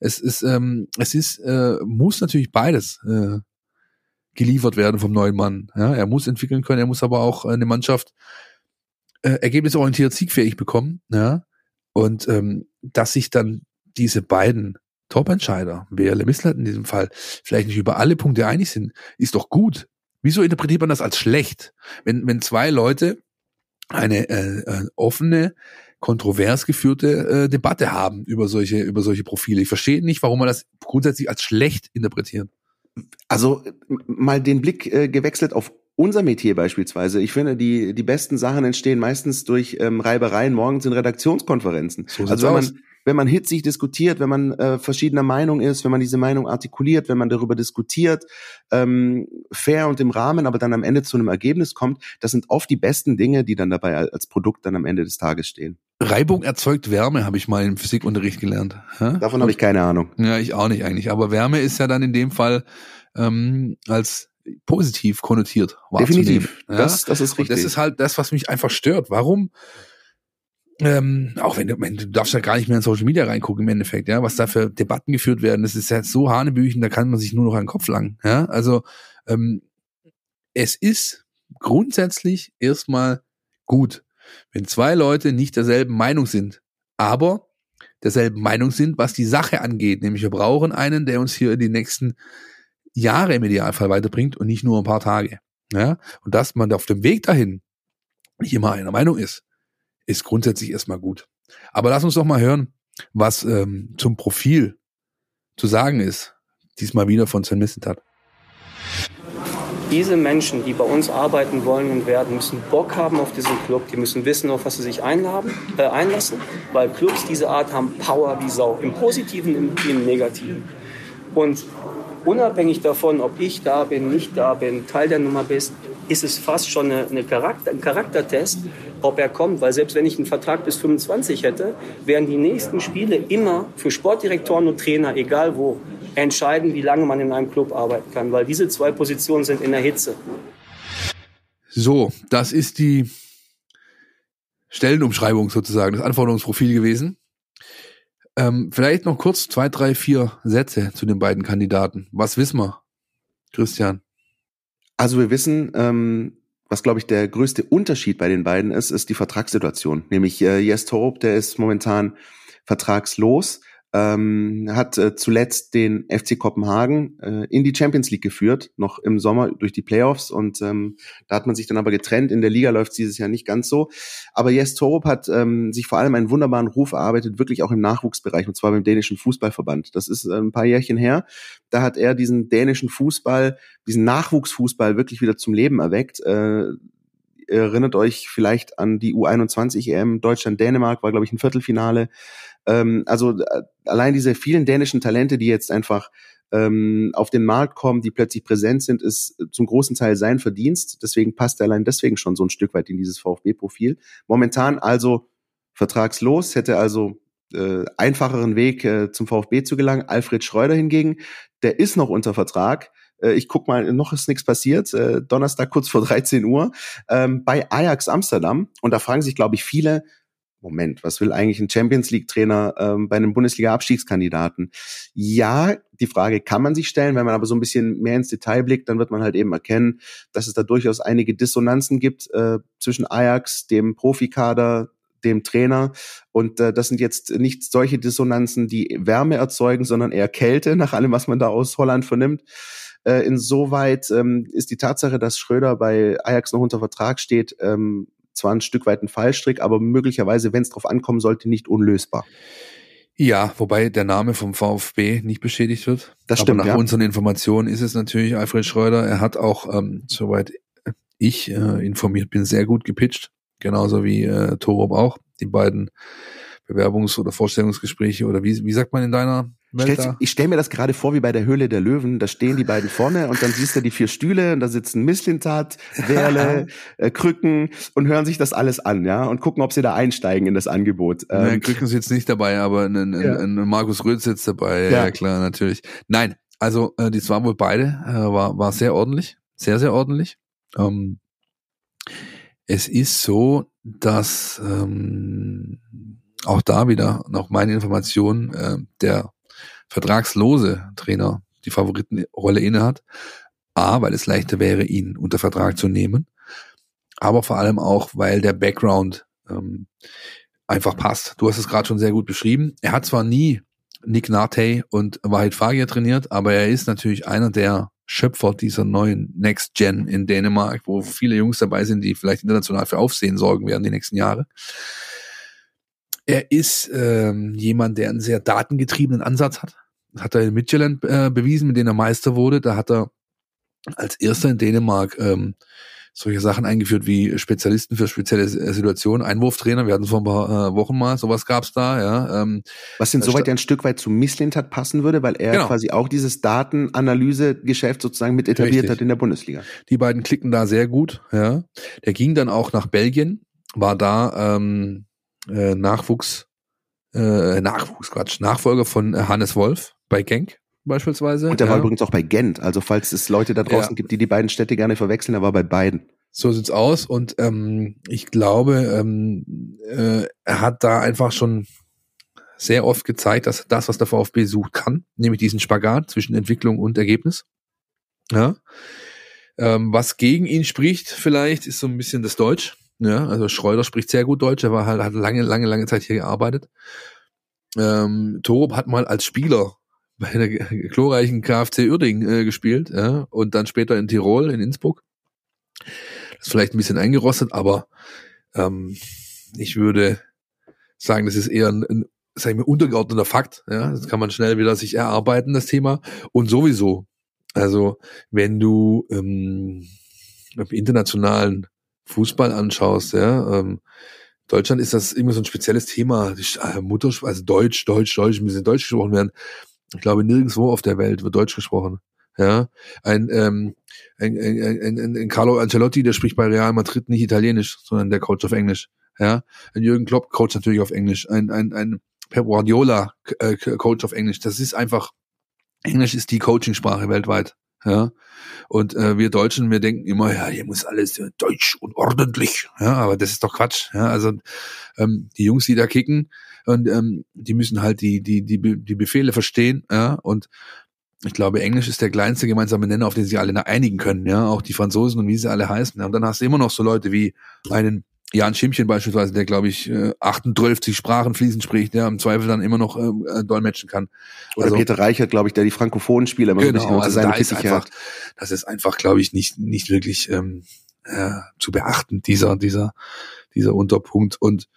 muss natürlich beides geliefert werden vom neuen Mann. Ja, er muss entwickeln können, er muss aber auch eine Mannschaft ergebnisorientiert siegfähig bekommen. Ja, und dass sich dann diese beiden Top-Entscheider, Wehrle, Mislintat in diesem Fall, vielleicht nicht über alle Punkte einig sind, ist doch gut. Wieso interpretiert man das als schlecht? Wenn zwei Leute eine offene, kontrovers geführte Debatte haben über solche Profile. Ich verstehe nicht, warum man das grundsätzlich als schlecht interpretiert. Also mal den Blick gewechselt auf unser Metier beispielsweise. Ich finde, die besten Sachen entstehen meistens durch Reibereien morgens in Redaktionskonferenzen. So also wenn man hitzig diskutiert, wenn man verschiedener Meinung ist, wenn man diese Meinung artikuliert, wenn man darüber diskutiert, fair und im Rahmen, aber dann am Ende zu einem Ergebnis kommt, das sind oft die besten Dinge, die dann dabei als Produkt dann am Ende des Tages stehen. Reibung erzeugt Wärme, habe ich mal im Physikunterricht gelernt. Ja? Davon habe ich keine Ahnung. Ja, ich auch nicht eigentlich. Aber Wärme ist ja dann in dem Fall als positiv konnotiert wahrzunehmen. Definitiv, ja? das ist richtig. Und das ist halt das, was mich einfach stört. Warum? Auch wenn du darfst ja gar nicht mehr in Social Media reingucken im Endeffekt, ja, was da für Debatten geführt werden, das ist ja so hanebüchen, da kann man sich nur noch an den Kopf langen, ja, also es ist grundsätzlich erstmal gut, wenn zwei Leute nicht derselben Meinung sind, aber derselben Meinung sind, was die Sache angeht, nämlich wir brauchen einen, der uns hier in die nächsten Jahre im Idealfall weiterbringt und nicht nur ein paar Tage, ja, und dass man auf dem Weg dahin nicht immer einer Meinung ist grundsätzlich erstmal gut. Aber lass uns doch mal hören, was zum Profil zu sagen ist. Diesmal wieder von Sven Mislintat. Diese Menschen, die bei uns arbeiten wollen und werden, müssen Bock haben auf diesen Club. Die müssen wissen, auf was sie sich einlassen. Weil Clubs dieser Art haben Power wie Sau. Im Positiven wie im Negativen. Und unabhängig davon, ob ich da bin, nicht da bin, Teil der Nummer bist, ist es fast schon ein Charaktertest, ob er kommt. Weil selbst wenn ich einen Vertrag bis 25 hätte, wären die nächsten Spiele immer für Sportdirektoren und Trainer, egal wo, entscheiden, wie lange man in einem Club arbeiten kann. Weil diese zwei Positionen sind in der Hitze. So, das ist die Stellenumschreibung sozusagen, das Anforderungsprofil gewesen. Vielleicht noch kurz 2, 3, 4 Sätze zu den beiden Kandidaten. Was wissen wir, Christian? Also wir wissen, was glaube ich der größte Unterschied bei den beiden ist die Vertragssituation. Nämlich Jes Torup, der ist momentan vertragslos, hat zuletzt den FC Kopenhagen in die Champions League geführt, noch im Sommer durch die Playoffs, und da hat man sich dann aber getrennt. In der Liga läuft es dieses Jahr nicht ganz so. Aber Jes Torup hat sich vor allem einen wunderbaren Ruf erarbeitet, wirklich auch im Nachwuchsbereich, und zwar beim dänischen Fußballverband. Das ist ein paar Jährchen her. Da hat er diesen dänischen Fußball, diesen Nachwuchsfußball wirklich wieder zum Leben erweckt. Ihr erinnert euch vielleicht an die U21 EM, Deutschland-Dänemark war, glaube ich, ein Viertelfinale. Allein diese vielen dänischen Talente, die jetzt einfach auf den Markt kommen, die plötzlich präsent sind, ist zum großen Teil sein Verdienst. Deswegen passt er allein deswegen schon so ein Stück weit in dieses VfB-Profil. Momentan also vertragslos, hätte also einfacheren Weg zum VfB zu gelangen. Alfred Schreuder hingegen, der ist noch unter Vertrag. Ich guck mal, noch ist nichts passiert. Donnerstag kurz vor 13 Uhr bei Ajax Amsterdam. Und da fragen sich, glaube ich, viele, Moment, was will eigentlich ein Champions-League-Trainer bei einem Bundesliga-Abstiegskandidaten? Ja, die Frage kann man sich stellen. Wenn man aber so ein bisschen mehr ins Detail blickt, dann wird man halt eben erkennen, dass es da durchaus einige Dissonanzen gibt zwischen Ajax, dem Profikader, dem Trainer. Und das sind jetzt nicht solche Dissonanzen, die Wärme erzeugen, sondern eher Kälte, nach allem, was man da aus Holland vernimmt. Insoweit ist die Tatsache, dass Schröder bei Ajax noch unter Vertrag steht, zwar ein Stück weit ein Fallstrick, aber möglicherweise, wenn es drauf ankommen sollte, nicht unlösbar. Ja, wobei der Name vom VfB nicht beschädigt wird. Das stimmt, aber nach unseren Informationen ist es natürlich Alfred Schreuder. Er hat auch, soweit ich informiert bin, sehr gut gepitcht. Genauso wie Torup auch. Die beiden Bewerbungs- oder Vorstellungsgespräche oder wie sagt man in deiner Welt da? Ich stell mir das gerade vor wie bei der Höhle der Löwen. Da stehen die beiden vorne und dann siehst du die 4 Stühle und da sitzen Misslintat, Werle, Krücken und hören sich das alles an, ja, und gucken, ob sie da einsteigen in das Angebot. Krücken ist jetzt nicht dabei, aber ein Markus Röth sitzt dabei. Ja, klar, natürlich. Nein, also die waren wohl beide, war sehr ordentlich, sehr, sehr ordentlich. Es ist so, dass auch da wieder nach meinen Informationen der vertragslose Trainer die Favoritenrolle innehat. A, weil es leichter wäre, ihn unter Vertrag zu nehmen, aber vor allem auch, weil der Background einfach passt. Du hast es gerade schon sehr gut beschrieben. Er hat zwar nie Nick Nartey und Wahid Fagir trainiert, aber er ist natürlich einer der Schöpfer dieser neuen Next Gen in Dänemark, wo viele Jungs dabei sind, die vielleicht international für Aufsehen sorgen werden die nächsten Jahre. Er ist jemand, der einen sehr datengetriebenen Ansatz hat. Das hat er in Midtjylland bewiesen, mit dem er Meister wurde. Da hat er als erster in Dänemark solche Sachen eingeführt wie Spezialisten für spezielle Situationen, Einwurftrainer. Wir hatten es vor ein paar Wochen mal, sowas gab's da. Ja. Was insoweit ja ein Stück weit zu Misslintat passen würde, weil er quasi auch dieses Datenanalyse-Geschäft sozusagen mit etabliert hat in der Bundesliga. Die beiden klicken da sehr gut. Ja. Der ging dann auch nach Belgien, war da Nachfolger von Hannes Wolf bei Genk beispielsweise. Und der war übrigens auch bei Gent, also falls es Leute da draußen gibt, die beiden Städte gerne verwechseln, er war bei beiden. So sieht's aus und ich glaube, er hat da einfach schon sehr oft gezeigt, dass das, was der VfB sucht, kann, nämlich diesen Spagat zwischen Entwicklung und Ergebnis. Ja. Was gegen ihn spricht vielleicht, ist so ein bisschen das Deutsch. Ja, also Schreuder spricht sehr gut Deutsch, er hat lange Zeit hier gearbeitet. Torup hat mal als Spieler bei der glorreichen KfC Uerdingen gespielt, ja, und dann später in Tirol, in Innsbruck. Das ist vielleicht ein bisschen eingerostet, aber ich würde sagen, das ist eher ein untergeordneter Fakt. Ja, das kann man schnell wieder sich erarbeiten, das Thema. Und sowieso, also wenn du im internationalen Fußball anschaust, ja, Deutschland ist das immer so ein spezielles Thema, also Deutsch, ein bisschen Deutsch gesprochen werden. Ich glaube, nirgendwo auf der Welt wird Deutsch gesprochen. Ja, ein Carlo Ancelotti, der spricht bei Real Madrid nicht Italienisch, sondern der coacht auf Englisch. Ja, ein Jürgen Klopp coacht natürlich auf Englisch. Ein Pep Guardiola coacht auf Englisch. Das ist einfach, Englisch ist die Coachingsprache weltweit. Ja, und wir Deutschen, wir denken immer, ja, hier muss alles deutsch und ordentlich. Ja, aber das ist doch Quatsch. Ja, also die Jungs, die da kicken, und die müssen halt die Befehle verstehen. Ja, und ich glaube, Englisch ist der kleinste gemeinsame Nenner, auf den sich alle einigen können. Ja, auch die Franzosen und wie sie alle heißen. Ja, und dann hast du immer noch so Leute wie einen Jan Schimpchen beispielsweise, der, glaube ich, 38 Sprachen fließend spricht, der im Zweifel dann immer noch dolmetschen kann. Oder also, Peter Reichert, glaube ich, der die frankophonen Spieler immer genau, so ein bisschen also das ist einfach, glaube ich, nicht wirklich zu beachten, dieser Unterpunkt. Und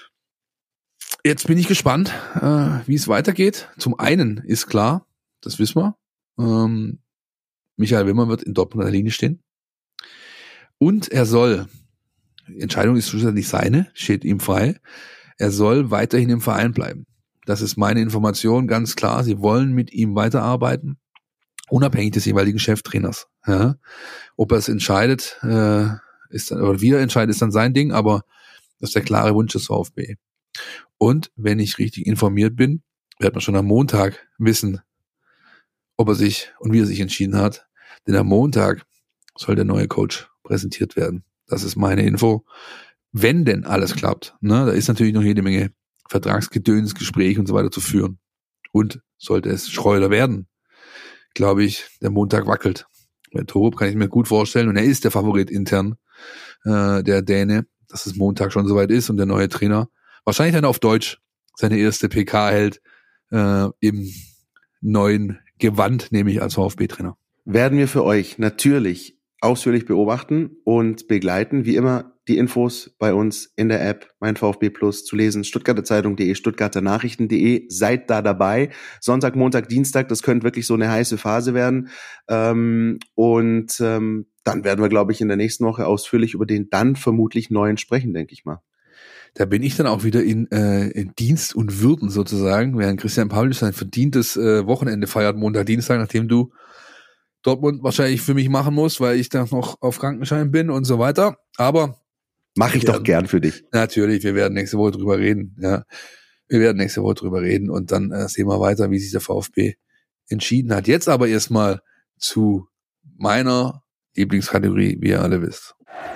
jetzt bin ich gespannt, wie es weitergeht. Zum einen ist klar, das wissen wir, Michael Wimmer wird in Dortmund an der Linie stehen. Und er soll die Entscheidung ist schlussendlich seine, steht ihm frei. Er soll weiterhin im Verein bleiben. Das ist meine Information, ganz klar. Sie wollen mit ihm weiterarbeiten, unabhängig des jeweiligen Cheftrainers. Ja. Ob er es entscheidet, ist dann, oder wie er entscheidet, ist dann sein Ding, aber das ist der klare Wunsch des VfB. Und wenn ich richtig informiert bin, wird man schon am Montag wissen, ob er sich und wie er sich entschieden hat. Denn am Montag soll der neue Coach präsentiert werden. Das ist meine Info. Wenn denn alles klappt, ne, da ist natürlich noch jede Menge Vertragsgedöns, Gespräch und so weiter zu führen. Und sollte es Schreuder werden, glaube ich, der Montag wackelt. Bei Torup kann ich mir gut vorstellen, und er ist der Favorit intern, der Däne, dass es Montag schon soweit ist und der neue Trainer wahrscheinlich dann auf Deutsch seine erste PK hält, im neuen Gewand, nämlich als VfB-Trainer. Werden wir für euch natürlich ausführlich beobachten und begleiten. Wie immer die Infos bei uns in der App Mein VfB Plus zu lesen, stuttgarterzeitung.de, stuttgarternachrichten.de. Seid da dabei. Sonntag, Montag, Dienstag, das könnte wirklich so eine heiße Phase werden. Dann werden wir, glaube ich, in der nächsten Woche ausführlich über den dann vermutlich neuen sprechen, denke ich mal. Da bin ich dann auch wieder in Dienst und Würden sozusagen, während Christian Pavlic sein verdientes Wochenende feiert, Montag, Dienstag, nachdem du Dortmund wahrscheinlich für mich machen musst, weil ich da noch auf Krankenschein bin und so weiter. Aber mache ich doch gern für dich. Natürlich, wir werden nächste Woche drüber reden. Ja, wir werden nächste Woche drüber reden und dann sehen wir weiter, wie sich der VfB entschieden hat. Jetzt aber erstmal zu meiner Lieblingskategorie, wie ihr alle wisst.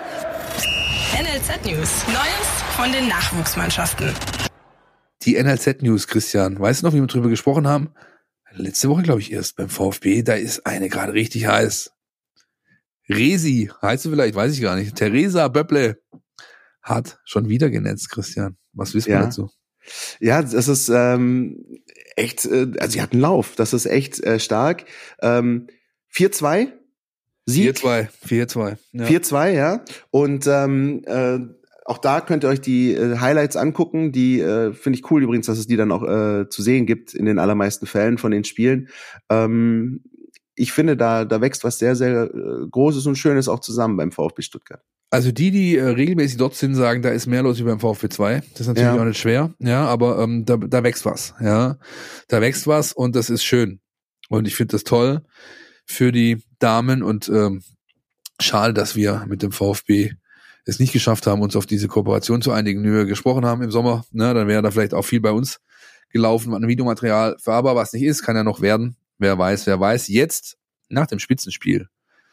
NLZ News. Neues von den Nachwuchsmannschaften. Die NLZ News, Christian. Weißt du noch, wie wir drüber gesprochen haben? Letzte Woche, glaube ich, erst beim VfB. Da ist eine gerade richtig heiß. Resi, heißt sie vielleicht, weiß ich gar nicht. Theresa Böpple hat schon wieder genetzt, Christian. Was wissen wir dazu? Ja, das ist echt, also sie hat einen Lauf. Das ist echt stark. 4-2. Sieg. 4-2. Ja. 4-2, ja. Und auch da könnt ihr euch die Highlights angucken. Die finde ich cool übrigens, dass es die dann auch zu sehen gibt in den allermeisten Fällen von den Spielen. Ich finde, da wächst was sehr, sehr Großes und Schönes auch zusammen beim VfB Stuttgart. Also die regelmäßig dort sind, sagen, da ist mehr los wie beim VfB 2. Das ist natürlich auch nicht schwer, ja, aber da wächst was, ja. Da wächst was und das ist schön. Und ich finde das toll für die Damen und schade, dass wir mit dem VfB es nicht geschafft haben, uns auf diese Kooperation zu einigen, wie wir gesprochen haben im Sommer. Ne, dann wäre da vielleicht auch viel bei uns gelaufen an Videomaterial. Für aber was nicht ist, kann ja noch werden. Wer weiß. Jetzt, nach dem Spitzenspiel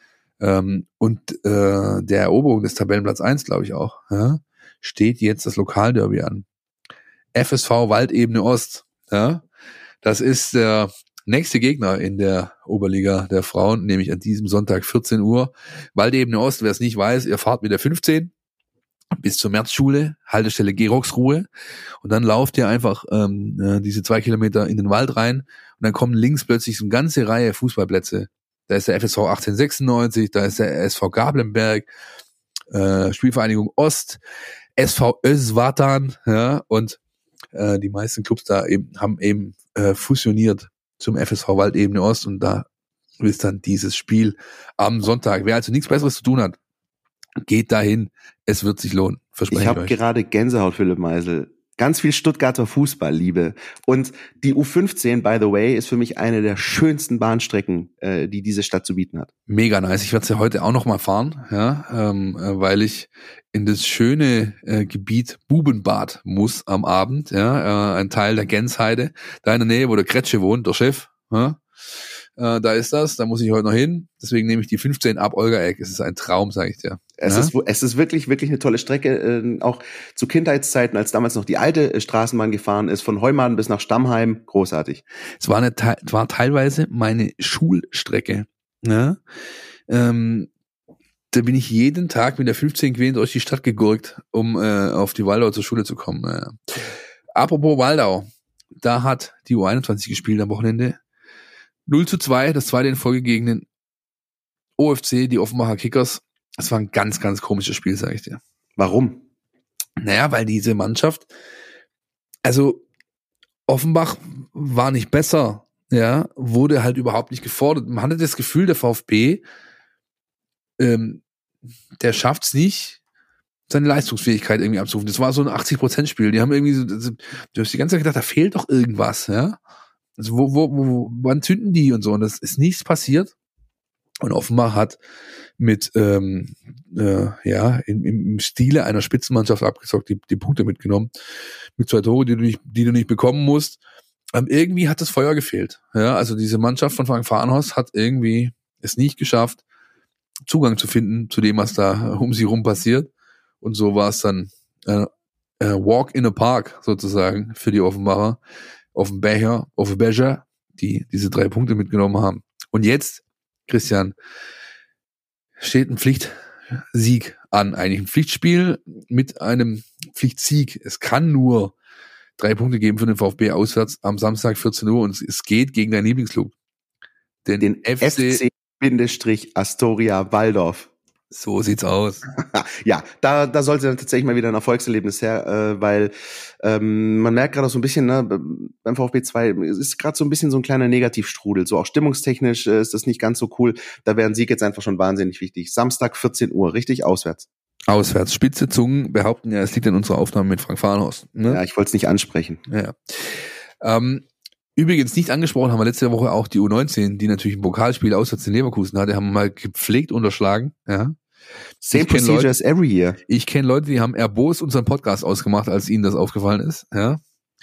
und der Eroberung des Tabellenplatz 1, glaube ich auch, ja, steht jetzt das Lokalderby an. FSV Waldebene Ost. Ja, das ist der nächste Gegner in der Oberliga der Frauen, nämlich an diesem Sonntag 14 Uhr. Waldebene Ost, wer es nicht weiß, ihr fahrt mit der 15 bis zur Märzschule, Haltestelle Geroxruhe, und dann lauft ihr einfach diese 2 Kilometer in den Wald rein und dann kommen links plötzlich so eine ganze Reihe Fußballplätze. Da ist der FSV 1896, da ist der SV Gablenberg, Spielvereinigung Ost, SV Özvatan, ja, und die meisten Clubs da haben fusioniert zum FSV Waldebene Ost, und da ist dann dieses Spiel am Sonntag. Wer also nichts Besseres zu tun hat, geht dahin. Es wird sich lohnen. Verspreche ich euch. Ich habe gerade Gänsehaut, Philipp Meisel. Ganz viel Stuttgarter Fußballliebe. Und die U15, by the way, ist für mich eine der schönsten Bahnstrecken, die diese Stadt zu bieten hat. Mega nice. Ich werde ja heute auch noch mal fahren, ja, weil ich in das schöne Gebiet Bubenbad muss am Abend, ja, ein Teil der Gensheide, da in der Nähe, wo der Kretsche wohnt, der Chef, ja, da ist das, da muss ich heute noch hin, deswegen nehme ich die 15 ab Olgaegg. Es ist ein Traum, sage ich dir. Es ist wirklich, wirklich eine tolle Strecke, auch zu Kindheitszeiten, als damals noch die alte Straßenbahn gefahren ist, von Heumaden bis nach Stammheim, großartig. Es war teilweise meine Schulstrecke, ja. Da bin ich jeden Tag mit der 15 quer durch die Stadt gegurkt, um auf die Waldau zur Schule zu kommen. Ja. Apropos Waldau, da hat die U21 gespielt am Wochenende. 0-2, das zweite in Folge gegen den OFC, die Offenbacher Kickers. Das war ein ganz, ganz komisches Spiel, sage ich dir. Warum? Naja, weil diese Mannschaft, also Offenbach war nicht besser, ja, wurde halt überhaupt nicht gefordert. Man hatte das Gefühl, der VfB, der schafft's nicht, seine Leistungsfähigkeit irgendwie abzurufen. Das war so ein 80%-Spiel. Die haben irgendwie so, du hast die ganze Zeit gedacht, da fehlt doch irgendwas, ja. Also wann zünden die und so? Und das ist nichts passiert. Und Offenbach hat mit im Stile einer Spitzenmannschaft abgezockt, die Punkte mitgenommen, mit 2 Tore, die du nicht bekommen musst. Irgendwie hat das Feuer gefehlt. Ja, also diese Mannschaft von Frank Fahrenhorst hat irgendwie es nicht geschafft, Zugang zu finden zu dem, was da um sie rum passiert. Und so war es dann Walk in a Park sozusagen für die Offenbacher auf dem Becher, die diese 3 Punkte mitgenommen haben. Und jetzt, Christian, steht ein Pflichtsieg an, eigentlich ein Pflichtspiel mit einem Pflichtsieg. Es kann nur 3 Punkte geben für den VfB auswärts am Samstag 14 Uhr und es geht gegen deinen Lieblingsclub. Den FC-Astoria Waldorf. So sieht's aus. Ja, da sollte dann tatsächlich mal wieder ein Erfolgserlebnis her, weil man merkt gerade so ein bisschen, ne, beim VfB 2 ist gerade so ein bisschen so ein kleiner Negativstrudel. So auch stimmungstechnisch ist das nicht ganz so cool. Da wäre ein Sieg jetzt einfach schon wahnsinnig wichtig. Samstag 14 Uhr, richtig? Auswärts. Auswärts. Spitze Zungen behaupten ja, es liegt an unserer Aufnahme mit Frank Fahrenhorst. Ne? Ja, ich wollte es nicht ansprechen. Ja. Übrigens nicht angesprochen haben wir letzte Woche auch die U19, die natürlich ein Pokalspiel auswärts in Leverkusen hatte, haben wir mal gepflegt unterschlagen. Ja. Same procedure as every year. Ich kenne Leute, die haben erbost unseren Podcast ausgemacht, als ihnen das aufgefallen ist. Ja.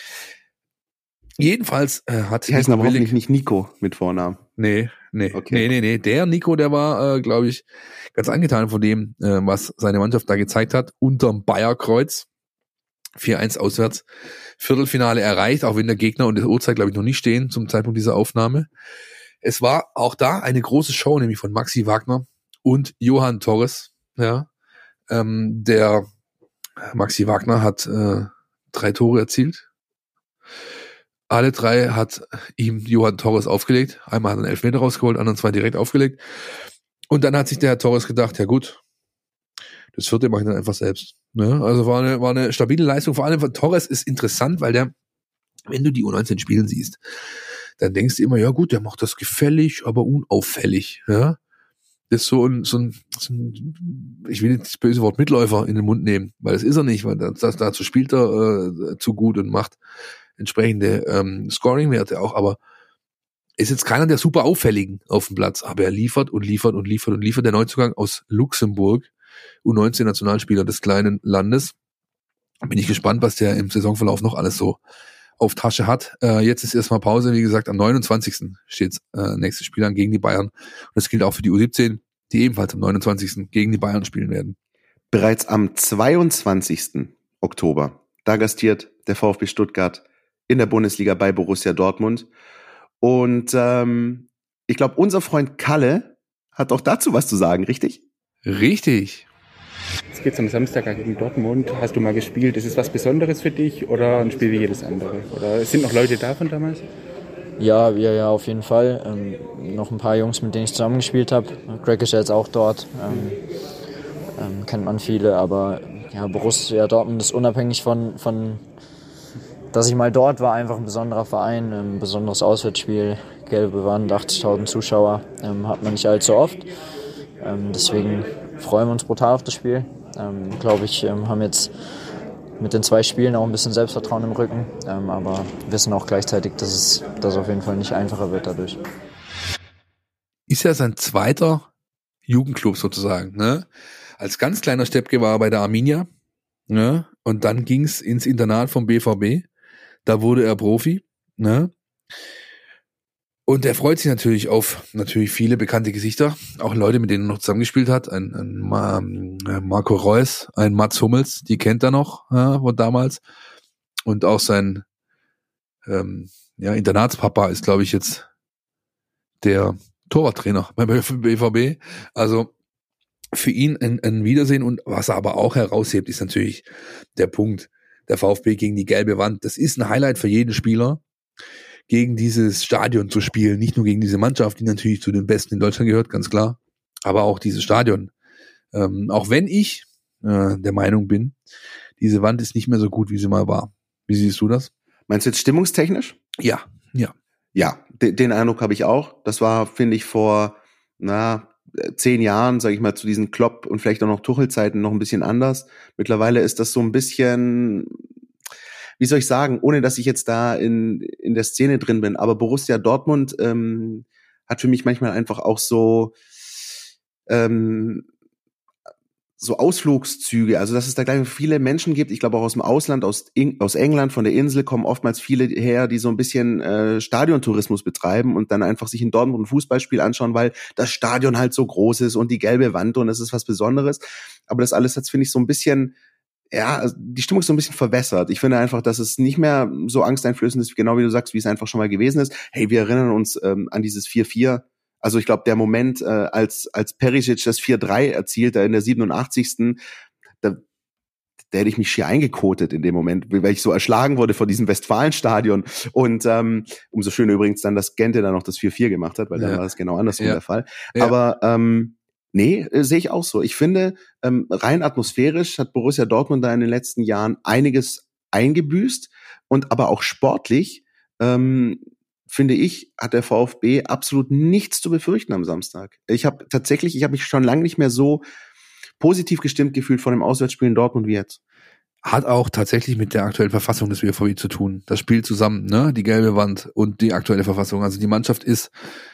Jedenfalls hat die heißen aber hoffentlich nicht Nico mit Vornamen. Nee. Okay. Nee. Der Nico, der war, glaube ich, ganz angetan von dem, was seine Mannschaft da gezeigt hat, unterm Bayerkreuz. 4-1 auswärts. Viertelfinale erreicht, auch wenn der Gegner und die Uhrzeit, glaube ich, noch nicht stehen zum Zeitpunkt dieser Aufnahme. Es war auch da eine große Show, nämlich von Maxi Wagner und Johann Torres. Ja, der Maxi Wagner hat 3 Tore erzielt. Alle 3 hat ihm Johann Torres aufgelegt. Einmal hat er einen Elfmeter rausgeholt, anderen 2 direkt aufgelegt. Und dann hat sich der Herr Torres gedacht, ja gut, das 4. mache ich dann einfach selbst. Ne? Also war eine stabile Leistung. Vor allem von Torres ist interessant, weil der, wenn du die U19 spielen siehst, dann denkst du immer, ja gut, der macht das gefällig, aber unauffällig. Ja? Das ist so ein, ich will nicht das böse Wort Mitläufer in den Mund nehmen, weil das ist er nicht, weil dazu spielt er zu gut und macht entsprechende Scoring-Werte auch, aber ist jetzt keiner der super Auffälligen auf dem Platz, aber er liefert. Der Neuzugang aus Luxemburg, U19-Nationalspieler des kleinen Landes. Bin ich gespannt, was der im Saisonverlauf noch alles so auf Tasche hat. Jetzt ist erstmal Pause, wie gesagt, am 29. steht nächstes Spiel an gegen die Bayern. Und das gilt auch für die U17, die ebenfalls am 29. gegen die Bayern spielen werden. Bereits am 22. Oktober, da gastiert der VfB Stuttgart in der Bundesliga bei Borussia Dortmund. Und ich glaube, unser Freund Kalle hat auch dazu was zu sagen, richtig? Richtig. Jetzt geht's am Samstag gegen Dortmund. Hast du mal gespielt? Ist es was Besonderes für dich oder ein Spiel wie jedes andere? Oder sind noch Leute da von damals? Ja, auf jeden Fall. Noch ein paar Jungs, mit denen ich zusammengespielt habe. Greg ist ja jetzt auch dort. Kennt man viele, aber ja, Borussia Dortmund ist unabhängig von dass ich mal dort war, einfach ein besonderer Verein, ein besonderes Auswärtsspiel, gelbe Wand, 80.000 Zuschauer, hat man nicht allzu oft. Deswegen freuen wir uns brutal auf das Spiel. Glaube ich, haben jetzt mit den 2 Spielen auch ein bisschen Selbstvertrauen im Rücken, aber wissen auch gleichzeitig, dass es auf jeden Fall nicht einfacher wird dadurch. Ist ja sein 2. Jugendclub sozusagen, ne? Als ganz kleiner Steppke war er bei der Arminia, ne? Und dann ging's ins Internat vom BVB. Da wurde er Profi, ne? Und er freut sich natürlich auf viele bekannte Gesichter, auch Leute, mit denen er noch zusammengespielt hat. Ein Marco Reus, ein Mats Hummels, die kennt er noch von damals. Und auch sein Internatspapa ist, glaube ich, jetzt der Torwarttrainer beim BVB. Also für ihn ein Wiedersehen. Und was er aber auch heraushebt, ist natürlich der Punkt, der VfB gegen die gelbe Wand. Das ist ein Highlight für jeden Spieler, gegen dieses Stadion zu spielen. Nicht nur gegen diese Mannschaft, die natürlich zu den Besten in Deutschland gehört, ganz klar, aber auch dieses Stadion. Auch wenn ich der Meinung bin, diese Wand ist nicht mehr so gut, wie sie mal war. Wie siehst du das? Meinst du jetzt stimmungstechnisch? Ja. Ja, den Eindruck habe ich auch. Das war, finde ich, vor 10 Jahren, sage ich mal, zu diesen Klopp und vielleicht auch noch Tuchel-Zeiten noch ein bisschen anders. Mittlerweile ist das so ein bisschen, wie soll ich sagen, ohne dass ich jetzt da in der Szene drin bin, aber Borussia Dortmund hat für mich manchmal einfach auch so Ausflugszüge, also dass es da gleich viele Menschen gibt, ich glaube auch aus dem Ausland, aus England, von der Insel kommen oftmals viele her, die so ein bisschen Stadiontourismus betreiben und dann einfach sich in Dortmund ein Fußballspiel anschauen, weil das Stadion halt so groß ist und die gelbe Wand und das ist was Besonderes. Aber das alles hat, finde ich, so ein bisschen, ja, die Stimmung ist so ein bisschen verwässert. Ich finde einfach, dass es nicht mehr so angsteinflößend ist, genau wie du sagst, wie es einfach schon mal gewesen ist. Hey, wir erinnern uns an dieses 4-4. Also ich glaube, der Moment, als Perisic das 4-3 erzielt, da in der 87. Da hätte ich mich schier eingekotet in dem Moment, weil ich so erschlagen wurde vor diesem Westfalenstadion. Und umso schöner übrigens dann, dass Gente dann noch das 4-4 gemacht hat, weil dann war das genau andersrum der Fall. Ja. Aber nee, sehe ich auch so. Ich finde, rein atmosphärisch hat Borussia Dortmund da in den letzten Jahren einiges eingebüßt und aber auch sportlich finde ich, hat der VfB absolut nichts zu befürchten am Samstag. Ich habe mich schon lange nicht mehr so positiv gestimmt gefühlt von dem Auswärtsspiel in Dortmund wie jetzt. Hat auch tatsächlich mit der aktuellen Verfassung des BVB zu tun. Das spielt zusammen, ne? Die gelbe Wand und die aktuelle Verfassung. Also die Mannschaft ist,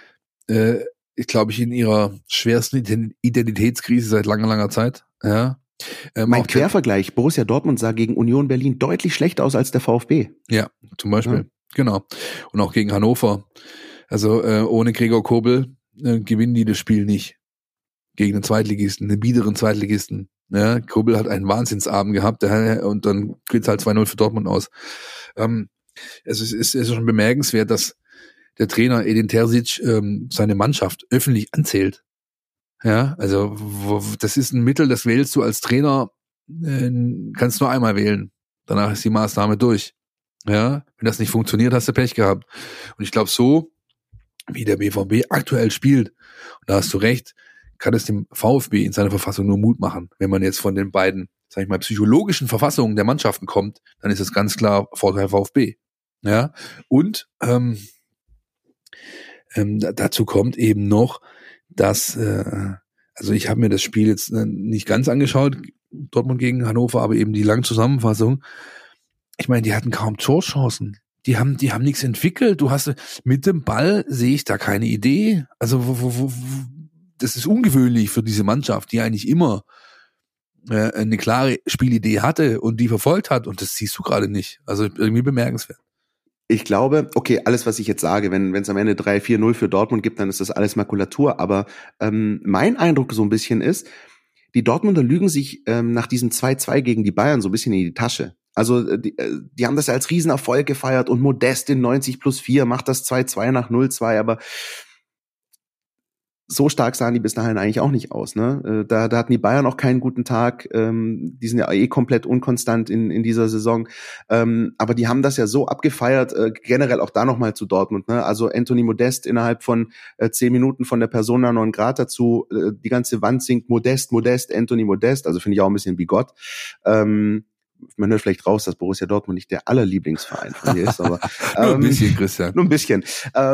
ich glaube, in ihrer schwersten Identitätskrise seit langer Zeit. Ja. Mein Quervergleich, Borussia Dortmund sah gegen Union Berlin deutlich schlechter aus als der VfB. Ja, zum Beispiel. Ja. Genau. Und auch gegen Hannover. Also ohne Gregor Kobel gewinnen die das Spiel nicht. Gegen einen Zweitligisten, einen biederen Zweitligisten. Ja, Kobel hat einen Wahnsinnsabend gehabt und dann geht es halt 2-0 für Dortmund aus. Es ist schon bemerkenswert, dass der Trainer Edin Terzic seine Mannschaft öffentlich anzählt. Ja, also das ist ein Mittel, das wählst du als Trainer, kannst nur einmal wählen. Danach ist die Maßnahme durch. Ja, wenn das nicht funktioniert, hast du Pech gehabt. Und ich glaube, so wie der BVB aktuell spielt, und da hast du recht, kann es dem VfB in seiner Verfassung nur Mut machen. Wenn man jetzt von den beiden, sag ich mal, psychologischen Verfassungen der Mannschaften kommt, dann ist es ganz klar Vorteil VfB. Ja, und dazu kommt eben noch, dass, also ich habe mir das Spiel jetzt nicht ganz angeschaut, Dortmund gegen Hannover, aber eben die lange Zusammenfassung. Ich meine, die hatten kaum Torchancen. Die haben nichts entwickelt. Du hast mit dem Ball sehe ich da keine Idee. Also das ist ungewöhnlich für diese Mannschaft, die eigentlich immer eine klare Spielidee hatte und die verfolgt hat. Und das siehst du gerade nicht. Also irgendwie bemerkenswert. Ich glaube, okay, alles, was ich jetzt sage, wenn es am Ende 3-4-0 für Dortmund gibt, dann ist das alles Makulatur. Aber mein Eindruck so ein bisschen ist, die Dortmunder lügen sich nach diesem 2-2 gegen die Bayern so ein bisschen in die Tasche. Also die haben das ja als Riesenerfolg gefeiert und Modest in 90+4 macht das 2-2 nach 0-2, aber so stark sahen die bis dahin eigentlich auch nicht aus. Ne? Da hatten die Bayern auch keinen guten Tag, die sind ja komplett unkonstant in dieser Saison, aber die haben das ja so abgefeiert, generell auch da nochmal zu Dortmund. Ne? Also Anthony Modest innerhalb von 10 Minuten von der Persona non grata zu, die ganze Wand singt Modest, Anthony Modest, also finde ich auch ein bisschen bigott. Man hört vielleicht raus, dass Borussia Dortmund nicht der allerlieblingsverein von mir ist, aber nur ein bisschen, Christian. Nur ein bisschen.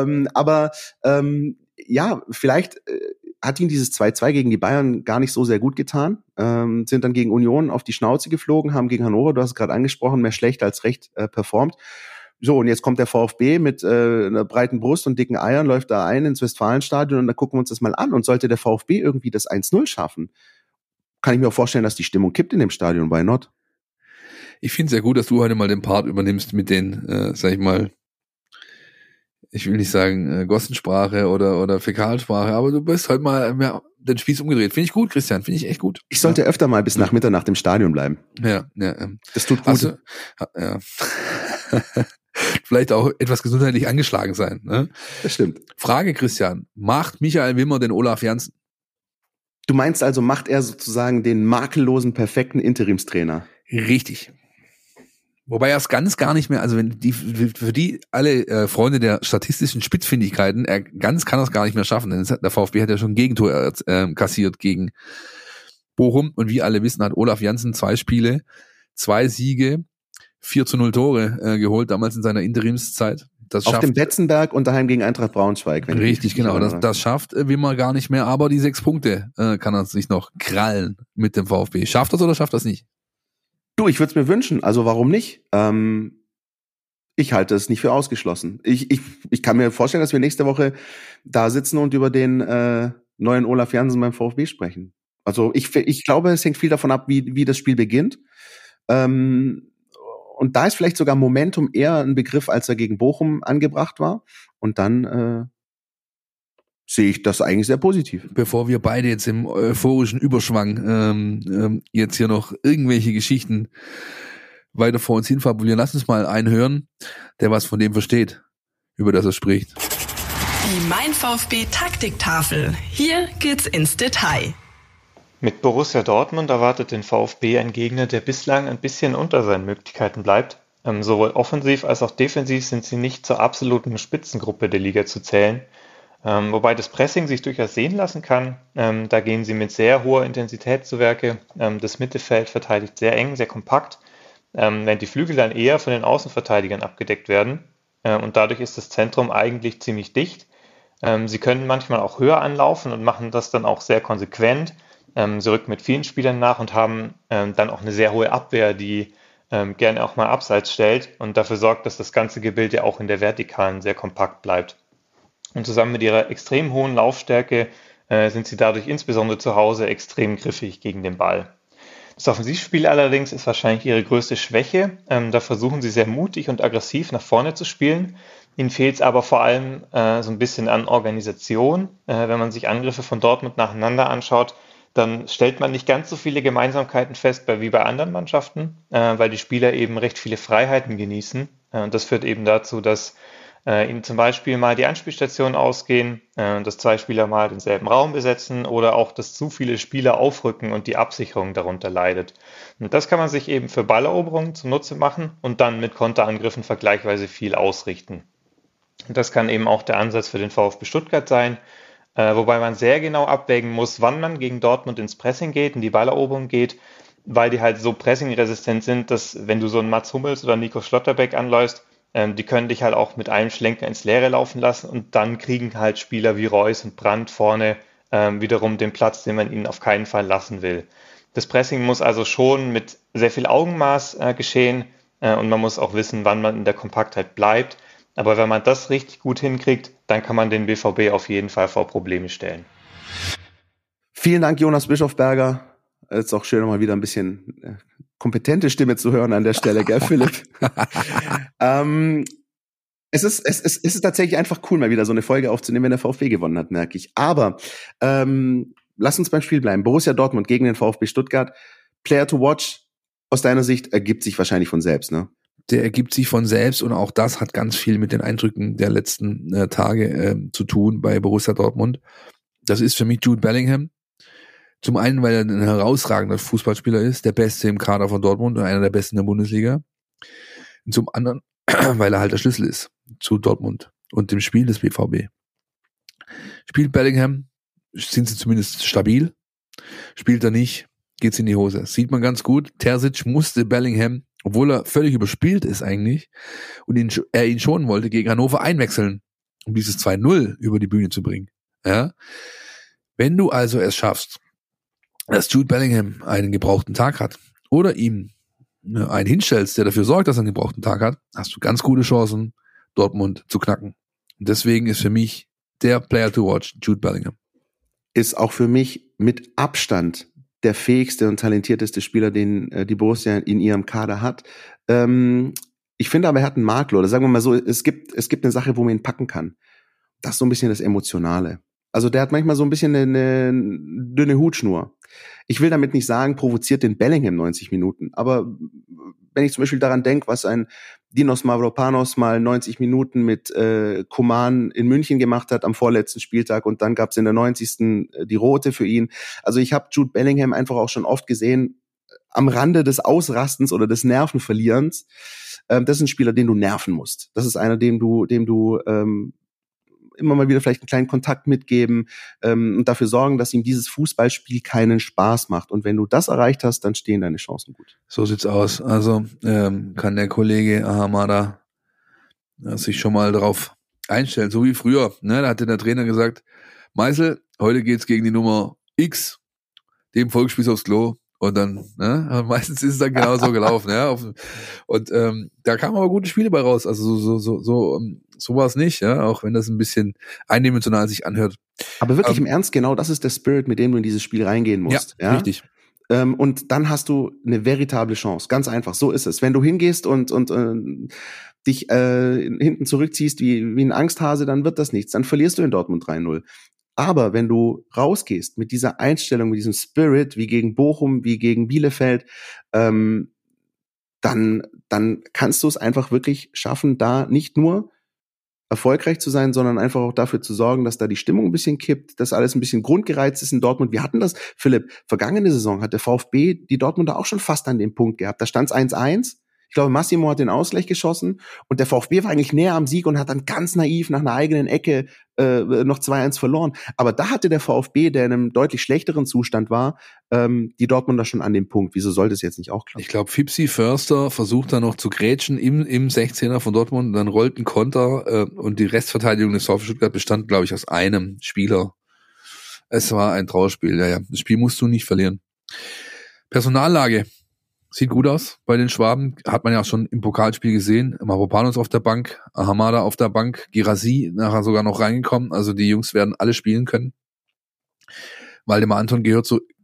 Ja, vielleicht hat ihnen dieses 2-2 gegen die Bayern gar nicht so sehr gut getan, sind dann gegen Union auf die Schnauze geflogen, haben gegen Hannover, du hast es gerade angesprochen, mehr schlecht als recht performt. So, und jetzt kommt der VfB mit einer breiten Brust und dicken Eiern, läuft da ein ins Westfalenstadion und da gucken wir uns das mal an. Und sollte der VfB irgendwie das 1-0 schaffen, kann ich mir auch vorstellen, dass die Stimmung kippt in dem Stadion, why not? Ich finde es sehr gut, dass du heute mal den Part übernimmst mit den, sag ich mal, ich will nicht sagen Gossensprache oder Fäkalsprache, aber du bist heute mal den Spieß umgedreht. Finde ich gut, Christian, finde ich echt gut. Ich sollte öfter mal bis nach Mitternacht im Stadion bleiben. Ja. Das tut gut. Ja. Vielleicht auch etwas gesundheitlich angeschlagen sein. Ne? Das stimmt. Frage, Christian, macht Michael Wimmer den Olaf Janssen? Du meinst also, macht er sozusagen den makellosen, perfekten Interimstrainer? Richtig. Wobei er es ganz gar nicht mehr, also für die alle Freunde der statistischen Spitzfindigkeiten, ganz kann er es gar nicht mehr schaffen, denn der VfB hat ja schon ein Gegentor kassiert gegen Bochum und wie alle wissen, hat Olaf Janssen 2 Spiele, 2 Siege, 4-0 Tore geholt, damals in seiner Interimszeit. das auf schafft dem Betzenberg und daheim gegen Eintracht Braunschweig. richtig, genau. Das schafft Wimmer gar nicht mehr, aber die 6 Punkte kann er sich noch krallen mit dem VfB. Schafft das oder schafft das nicht? Du, ich würde es mir wünschen. Also warum nicht? Ich halte es nicht für ausgeschlossen. Ich kann mir vorstellen, dass wir nächste Woche da sitzen und über den neuen Olaf Jansen beim VfB sprechen. Also ich glaube, es hängt viel davon ab, wie das Spiel beginnt. Und da ist vielleicht sogar Momentum eher ein Begriff, als er gegen Bochum angebracht war. Und dann sehe ich das eigentlich sehr positiv. Bevor wir beide jetzt im euphorischen Überschwang jetzt hier noch irgendwelche Geschichten weiter vor uns hin fabulieren, lass uns mal einen hören, der was von dem versteht, über das er spricht. Die Mein VfB Taktiktafel. Hier geht's ins Detail. Mit Borussia Dortmund erwartet den VfB ein Gegner, der bislang ein bisschen unter seinen Möglichkeiten bleibt. Sowohl offensiv als auch defensiv sind sie nicht zur absoluten Spitzengruppe der Liga zu zählen. Wobei das Pressing sich durchaus sehen lassen kann. Da gehen sie mit sehr hoher Intensität zu Werke. Das Mittelfeld verteidigt sehr eng, sehr kompakt, während die Flügel dann eher von den Außenverteidigern abgedeckt werden. Und dadurch ist das Zentrum eigentlich ziemlich dicht. Sie können manchmal auch höher anlaufen und machen das dann auch sehr konsequent. Sie rücken mit vielen Spielern nach und haben dann auch eine sehr hohe Abwehr, die gerne auch mal abseits stellt und dafür sorgt, dass das ganze Gebilde auch in der Vertikalen sehr kompakt bleibt. Und zusammen mit ihrer extrem hohen Laufstärke sind sie dadurch insbesondere zu Hause extrem griffig gegen den Ball. Das Offensivspiel allerdings ist wahrscheinlich ihre größte Schwäche. Da versuchen sie sehr mutig und aggressiv nach vorne zu spielen. Ihnen fehlt es aber vor allem so ein bisschen an Organisation. Wenn man sich Angriffe von Dortmund nacheinander anschaut, dann stellt man nicht ganz so viele Gemeinsamkeiten fest wie bei anderen Mannschaften, weil die Spieler eben recht viele Freiheiten genießen. Und das führt eben dazu, dass ihnen zum Beispiel mal die Anspielstationen ausgehen, dass 2 Spieler mal denselben Raum besetzen oder auch, dass zu viele Spieler aufrücken und die Absicherung darunter leidet. Und das kann man sich eben für Balleroberungen zunutze machen und dann mit Konterangriffen vergleichsweise viel ausrichten. Und das kann eben auch der Ansatz für den VfB Stuttgart sein, wobei man sehr genau abwägen muss, wann man gegen Dortmund ins Pressing geht, in die Balleroberung geht, weil die halt so pressingresistent sind, dass wenn du so einen Mats Hummels oder Nico Schlotterbeck anläufst, die können dich halt auch mit einem Schlenker ins Leere laufen lassen und dann kriegen halt Spieler wie Reus und Brandt vorne wiederum den Platz, den man ihnen auf keinen Fall lassen will. Das Pressing muss also schon mit sehr viel Augenmaß geschehen und man muss auch wissen, wann man in der Kompaktheit bleibt. Aber wenn man das richtig gut hinkriegt, dann kann man den BVB auf jeden Fall vor Probleme stellen. Vielen Dank, Jonas Bischofberger. Es ist auch schön, mal wieder ein bisschen kompetente Stimme zu hören an der Stelle, gell, Philipp? Es ist tatsächlich einfach cool, mal wieder so eine Folge aufzunehmen, wenn der VfB gewonnen hat, merke ich. Aber lass uns beim Spiel bleiben. Borussia Dortmund gegen den VfB Stuttgart. Player to watch, aus deiner Sicht, ergibt sich wahrscheinlich von selbst, ne? Der ergibt sich von selbst und auch das hat ganz viel mit den Eindrücken der letzten Tage zu tun bei Borussia Dortmund. Das ist für mich Jude Bellingham. Zum einen, weil er ein herausragender Fußballspieler ist, der Beste im Kader von Dortmund und einer der Besten der Bundesliga. Und zum anderen, weil er halt der Schlüssel ist zu Dortmund und dem Spiel des BVB. Spielt Bellingham, sind sie zumindest stabil. Spielt er nicht, geht's in die Hose. Sieht man ganz gut. Terzic musste Bellingham, obwohl er völlig überspielt ist eigentlich und er ihn schonen wollte, gegen Hannover einwechseln, um dieses 2-0 über die Bühne zu bringen. Ja? Wenn du also es schaffst, dass Jude Bellingham einen gebrauchten Tag hat oder ihm einen hinstellst, der dafür sorgt, dass er einen gebrauchten Tag hat, hast du ganz gute Chancen, Dortmund zu knacken. Und deswegen ist für mich der Player to watch Jude Bellingham. Ist auch für mich mit Abstand der fähigste und talentierteste Spieler, den die Borussia in ihrem Kader hat. Ich finde aber, er hat einen Makel, oder sagen wir mal so, es gibt eine Sache, wo man ihn packen kann. Das ist so ein bisschen das Emotionale. Also der hat manchmal so ein bisschen eine dünne Hutschnur. Ich will damit nicht sagen, provoziert den Bellingham 90 Minuten, aber wenn ich zum Beispiel daran denke, was ein Dinos Mavropanos mal 90 Minuten mit Coman in München gemacht hat am vorletzten Spieltag und dann gab es in der 90. die Rote für ihn. Also ich habe Jude Bellingham einfach auch schon oft gesehen, am Rande des Ausrastens oder des Nervenverlierens. Das ist ein Spieler, den du nerven musst. Das ist einer, dem du immer mal wieder vielleicht einen kleinen Kontakt mitgeben und dafür sorgen, dass ihm dieses Fußballspiel keinen Spaß macht. Und wenn du das erreicht hast, dann stehen deine Chancen gut. So sieht's aus. Also kann der Kollege Ahamada sich schon mal darauf einstellen, so wie früher. Ne? Da hat der Trainer gesagt, Meißel, heute geht's gegen die Nummer X, dem Volksspiel aufs Klo. Und dann, ne? Meistens ist es dann genau so gelaufen, ja. Und da kamen aber gute Spiele bei raus. Also so war es nicht, ja, auch wenn das ein bisschen eindimensional sich anhört. Aber wirklich im Ernst, genau das ist der Spirit, mit dem du in dieses Spiel reingehen musst. Ja, richtig. Und dann hast du eine veritable Chance. Ganz einfach, so ist es. Wenn du hingehst und dich hinten zurückziehst wie ein Angsthase, dann wird das nichts. Dann verlierst du in Dortmund 3-0. Aber wenn du rausgehst mit dieser Einstellung, mit diesem Spirit, wie gegen Bochum, wie gegen Bielefeld, dann kannst du es einfach wirklich schaffen, da nicht nur erfolgreich zu sein, sondern einfach auch dafür zu sorgen, dass da die Stimmung ein bisschen kippt, dass alles ein bisschen grundgereizt ist in Dortmund. Wir hatten das, Philipp, vergangene Saison hat der VfB die Dortmunder auch schon fast an dem Punkt gehabt. Da stand es 1-1. Ich glaube, Massimo hat den Ausgleich geschossen und der VfB war eigentlich näher am Sieg und hat dann ganz naiv nach einer eigenen Ecke noch 2-1 verloren. Aber da hatte der VfB, der in einem deutlich schlechteren Zustand war, die Dortmunder schon an dem Punkt. Wieso sollte es jetzt nicht auch klappen? Ich glaube, Fipsi Förster versucht da noch zu grätschen im 16er von Dortmund und dann rollt ein Konter und die Restverteidigung des VfB Stuttgart bestand, glaube ich, aus einem Spieler. Es war ein Trauerspiel. Ja. Das Spiel musst du nicht verlieren. Personallage. Sieht gut aus bei den Schwaben. Hat man ja auch schon im Pokalspiel gesehen. Mavropanos auf der Bank, Hamada auf der Bank, Girassi nachher sogar noch reingekommen. Also die Jungs werden alle spielen können. Waldemar Anton kehrt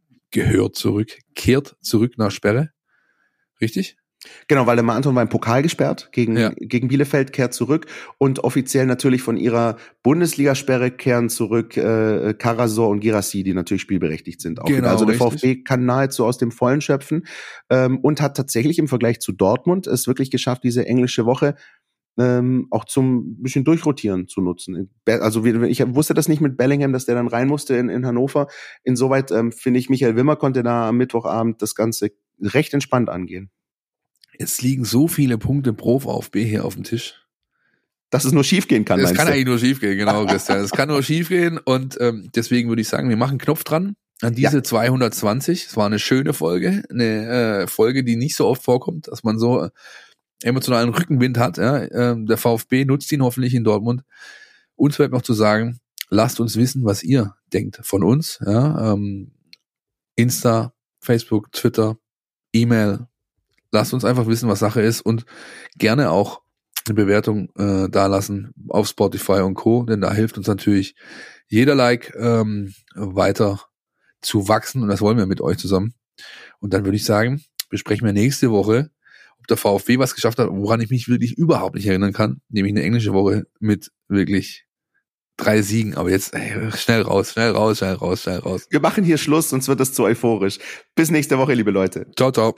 zurück nach Sperre. Richtig? Genau, Waldemar Anton war im Pokal gesperrt gegen Bielefeld, kehrt zurück und offiziell natürlich von ihrer Bundesligasperre kehren zurück Karasor und Girassi, die natürlich spielberechtigt sind. Auch genau, also der richtig. VfB kann nahezu aus dem Vollen schöpfen und hat tatsächlich im Vergleich zu Dortmund es wirklich geschafft, diese englische Woche auch zum bisschen Durchrotieren zu nutzen. Also ich wusste das nicht mit Bellingham, dass der dann rein musste in Hannover. Insoweit finde ich, Michael Wimmer konnte da am Mittwochabend das Ganze recht entspannt angehen. Es liegen so viele Punkte pro VfB hier auf dem Tisch. Dass es nur schiefgehen kann, meinst du? Es kann eigentlich nur schiefgehen, genau, Christian. Es kann nur schiefgehen und deswegen würde ich sagen, wir machen einen Knopf dran an diese 220. Es war eine schöne Folge, eine Folge, die nicht so oft vorkommt, dass man so emotionalen Rückenwind hat. Ja? Der VfB nutzt ihn hoffentlich in Dortmund. Uns bleibt noch zu sagen, lasst uns wissen, was ihr denkt von uns. Ja? Insta, Facebook, Twitter, E-Mail. Lasst uns einfach wissen, was Sache ist und gerne auch eine Bewertung dalassen auf Spotify und Co., denn da hilft uns natürlich jeder Like weiter zu wachsen und das wollen wir mit euch zusammen. Und dann würde ich sagen, besprechen wir nächste Woche, ob der VfB was geschafft hat, woran ich mich wirklich überhaupt nicht erinnern kann, nämlich eine englische Woche mit wirklich 3 Siegen. Aber jetzt schnell raus. Wir machen hier Schluss, sonst wird das zu euphorisch. Bis nächste Woche, liebe Leute. Ciao, ciao.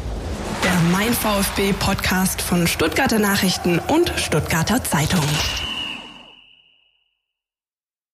Der Mein VfB Podcast von Stuttgarter Nachrichten und Stuttgarter Zeitung.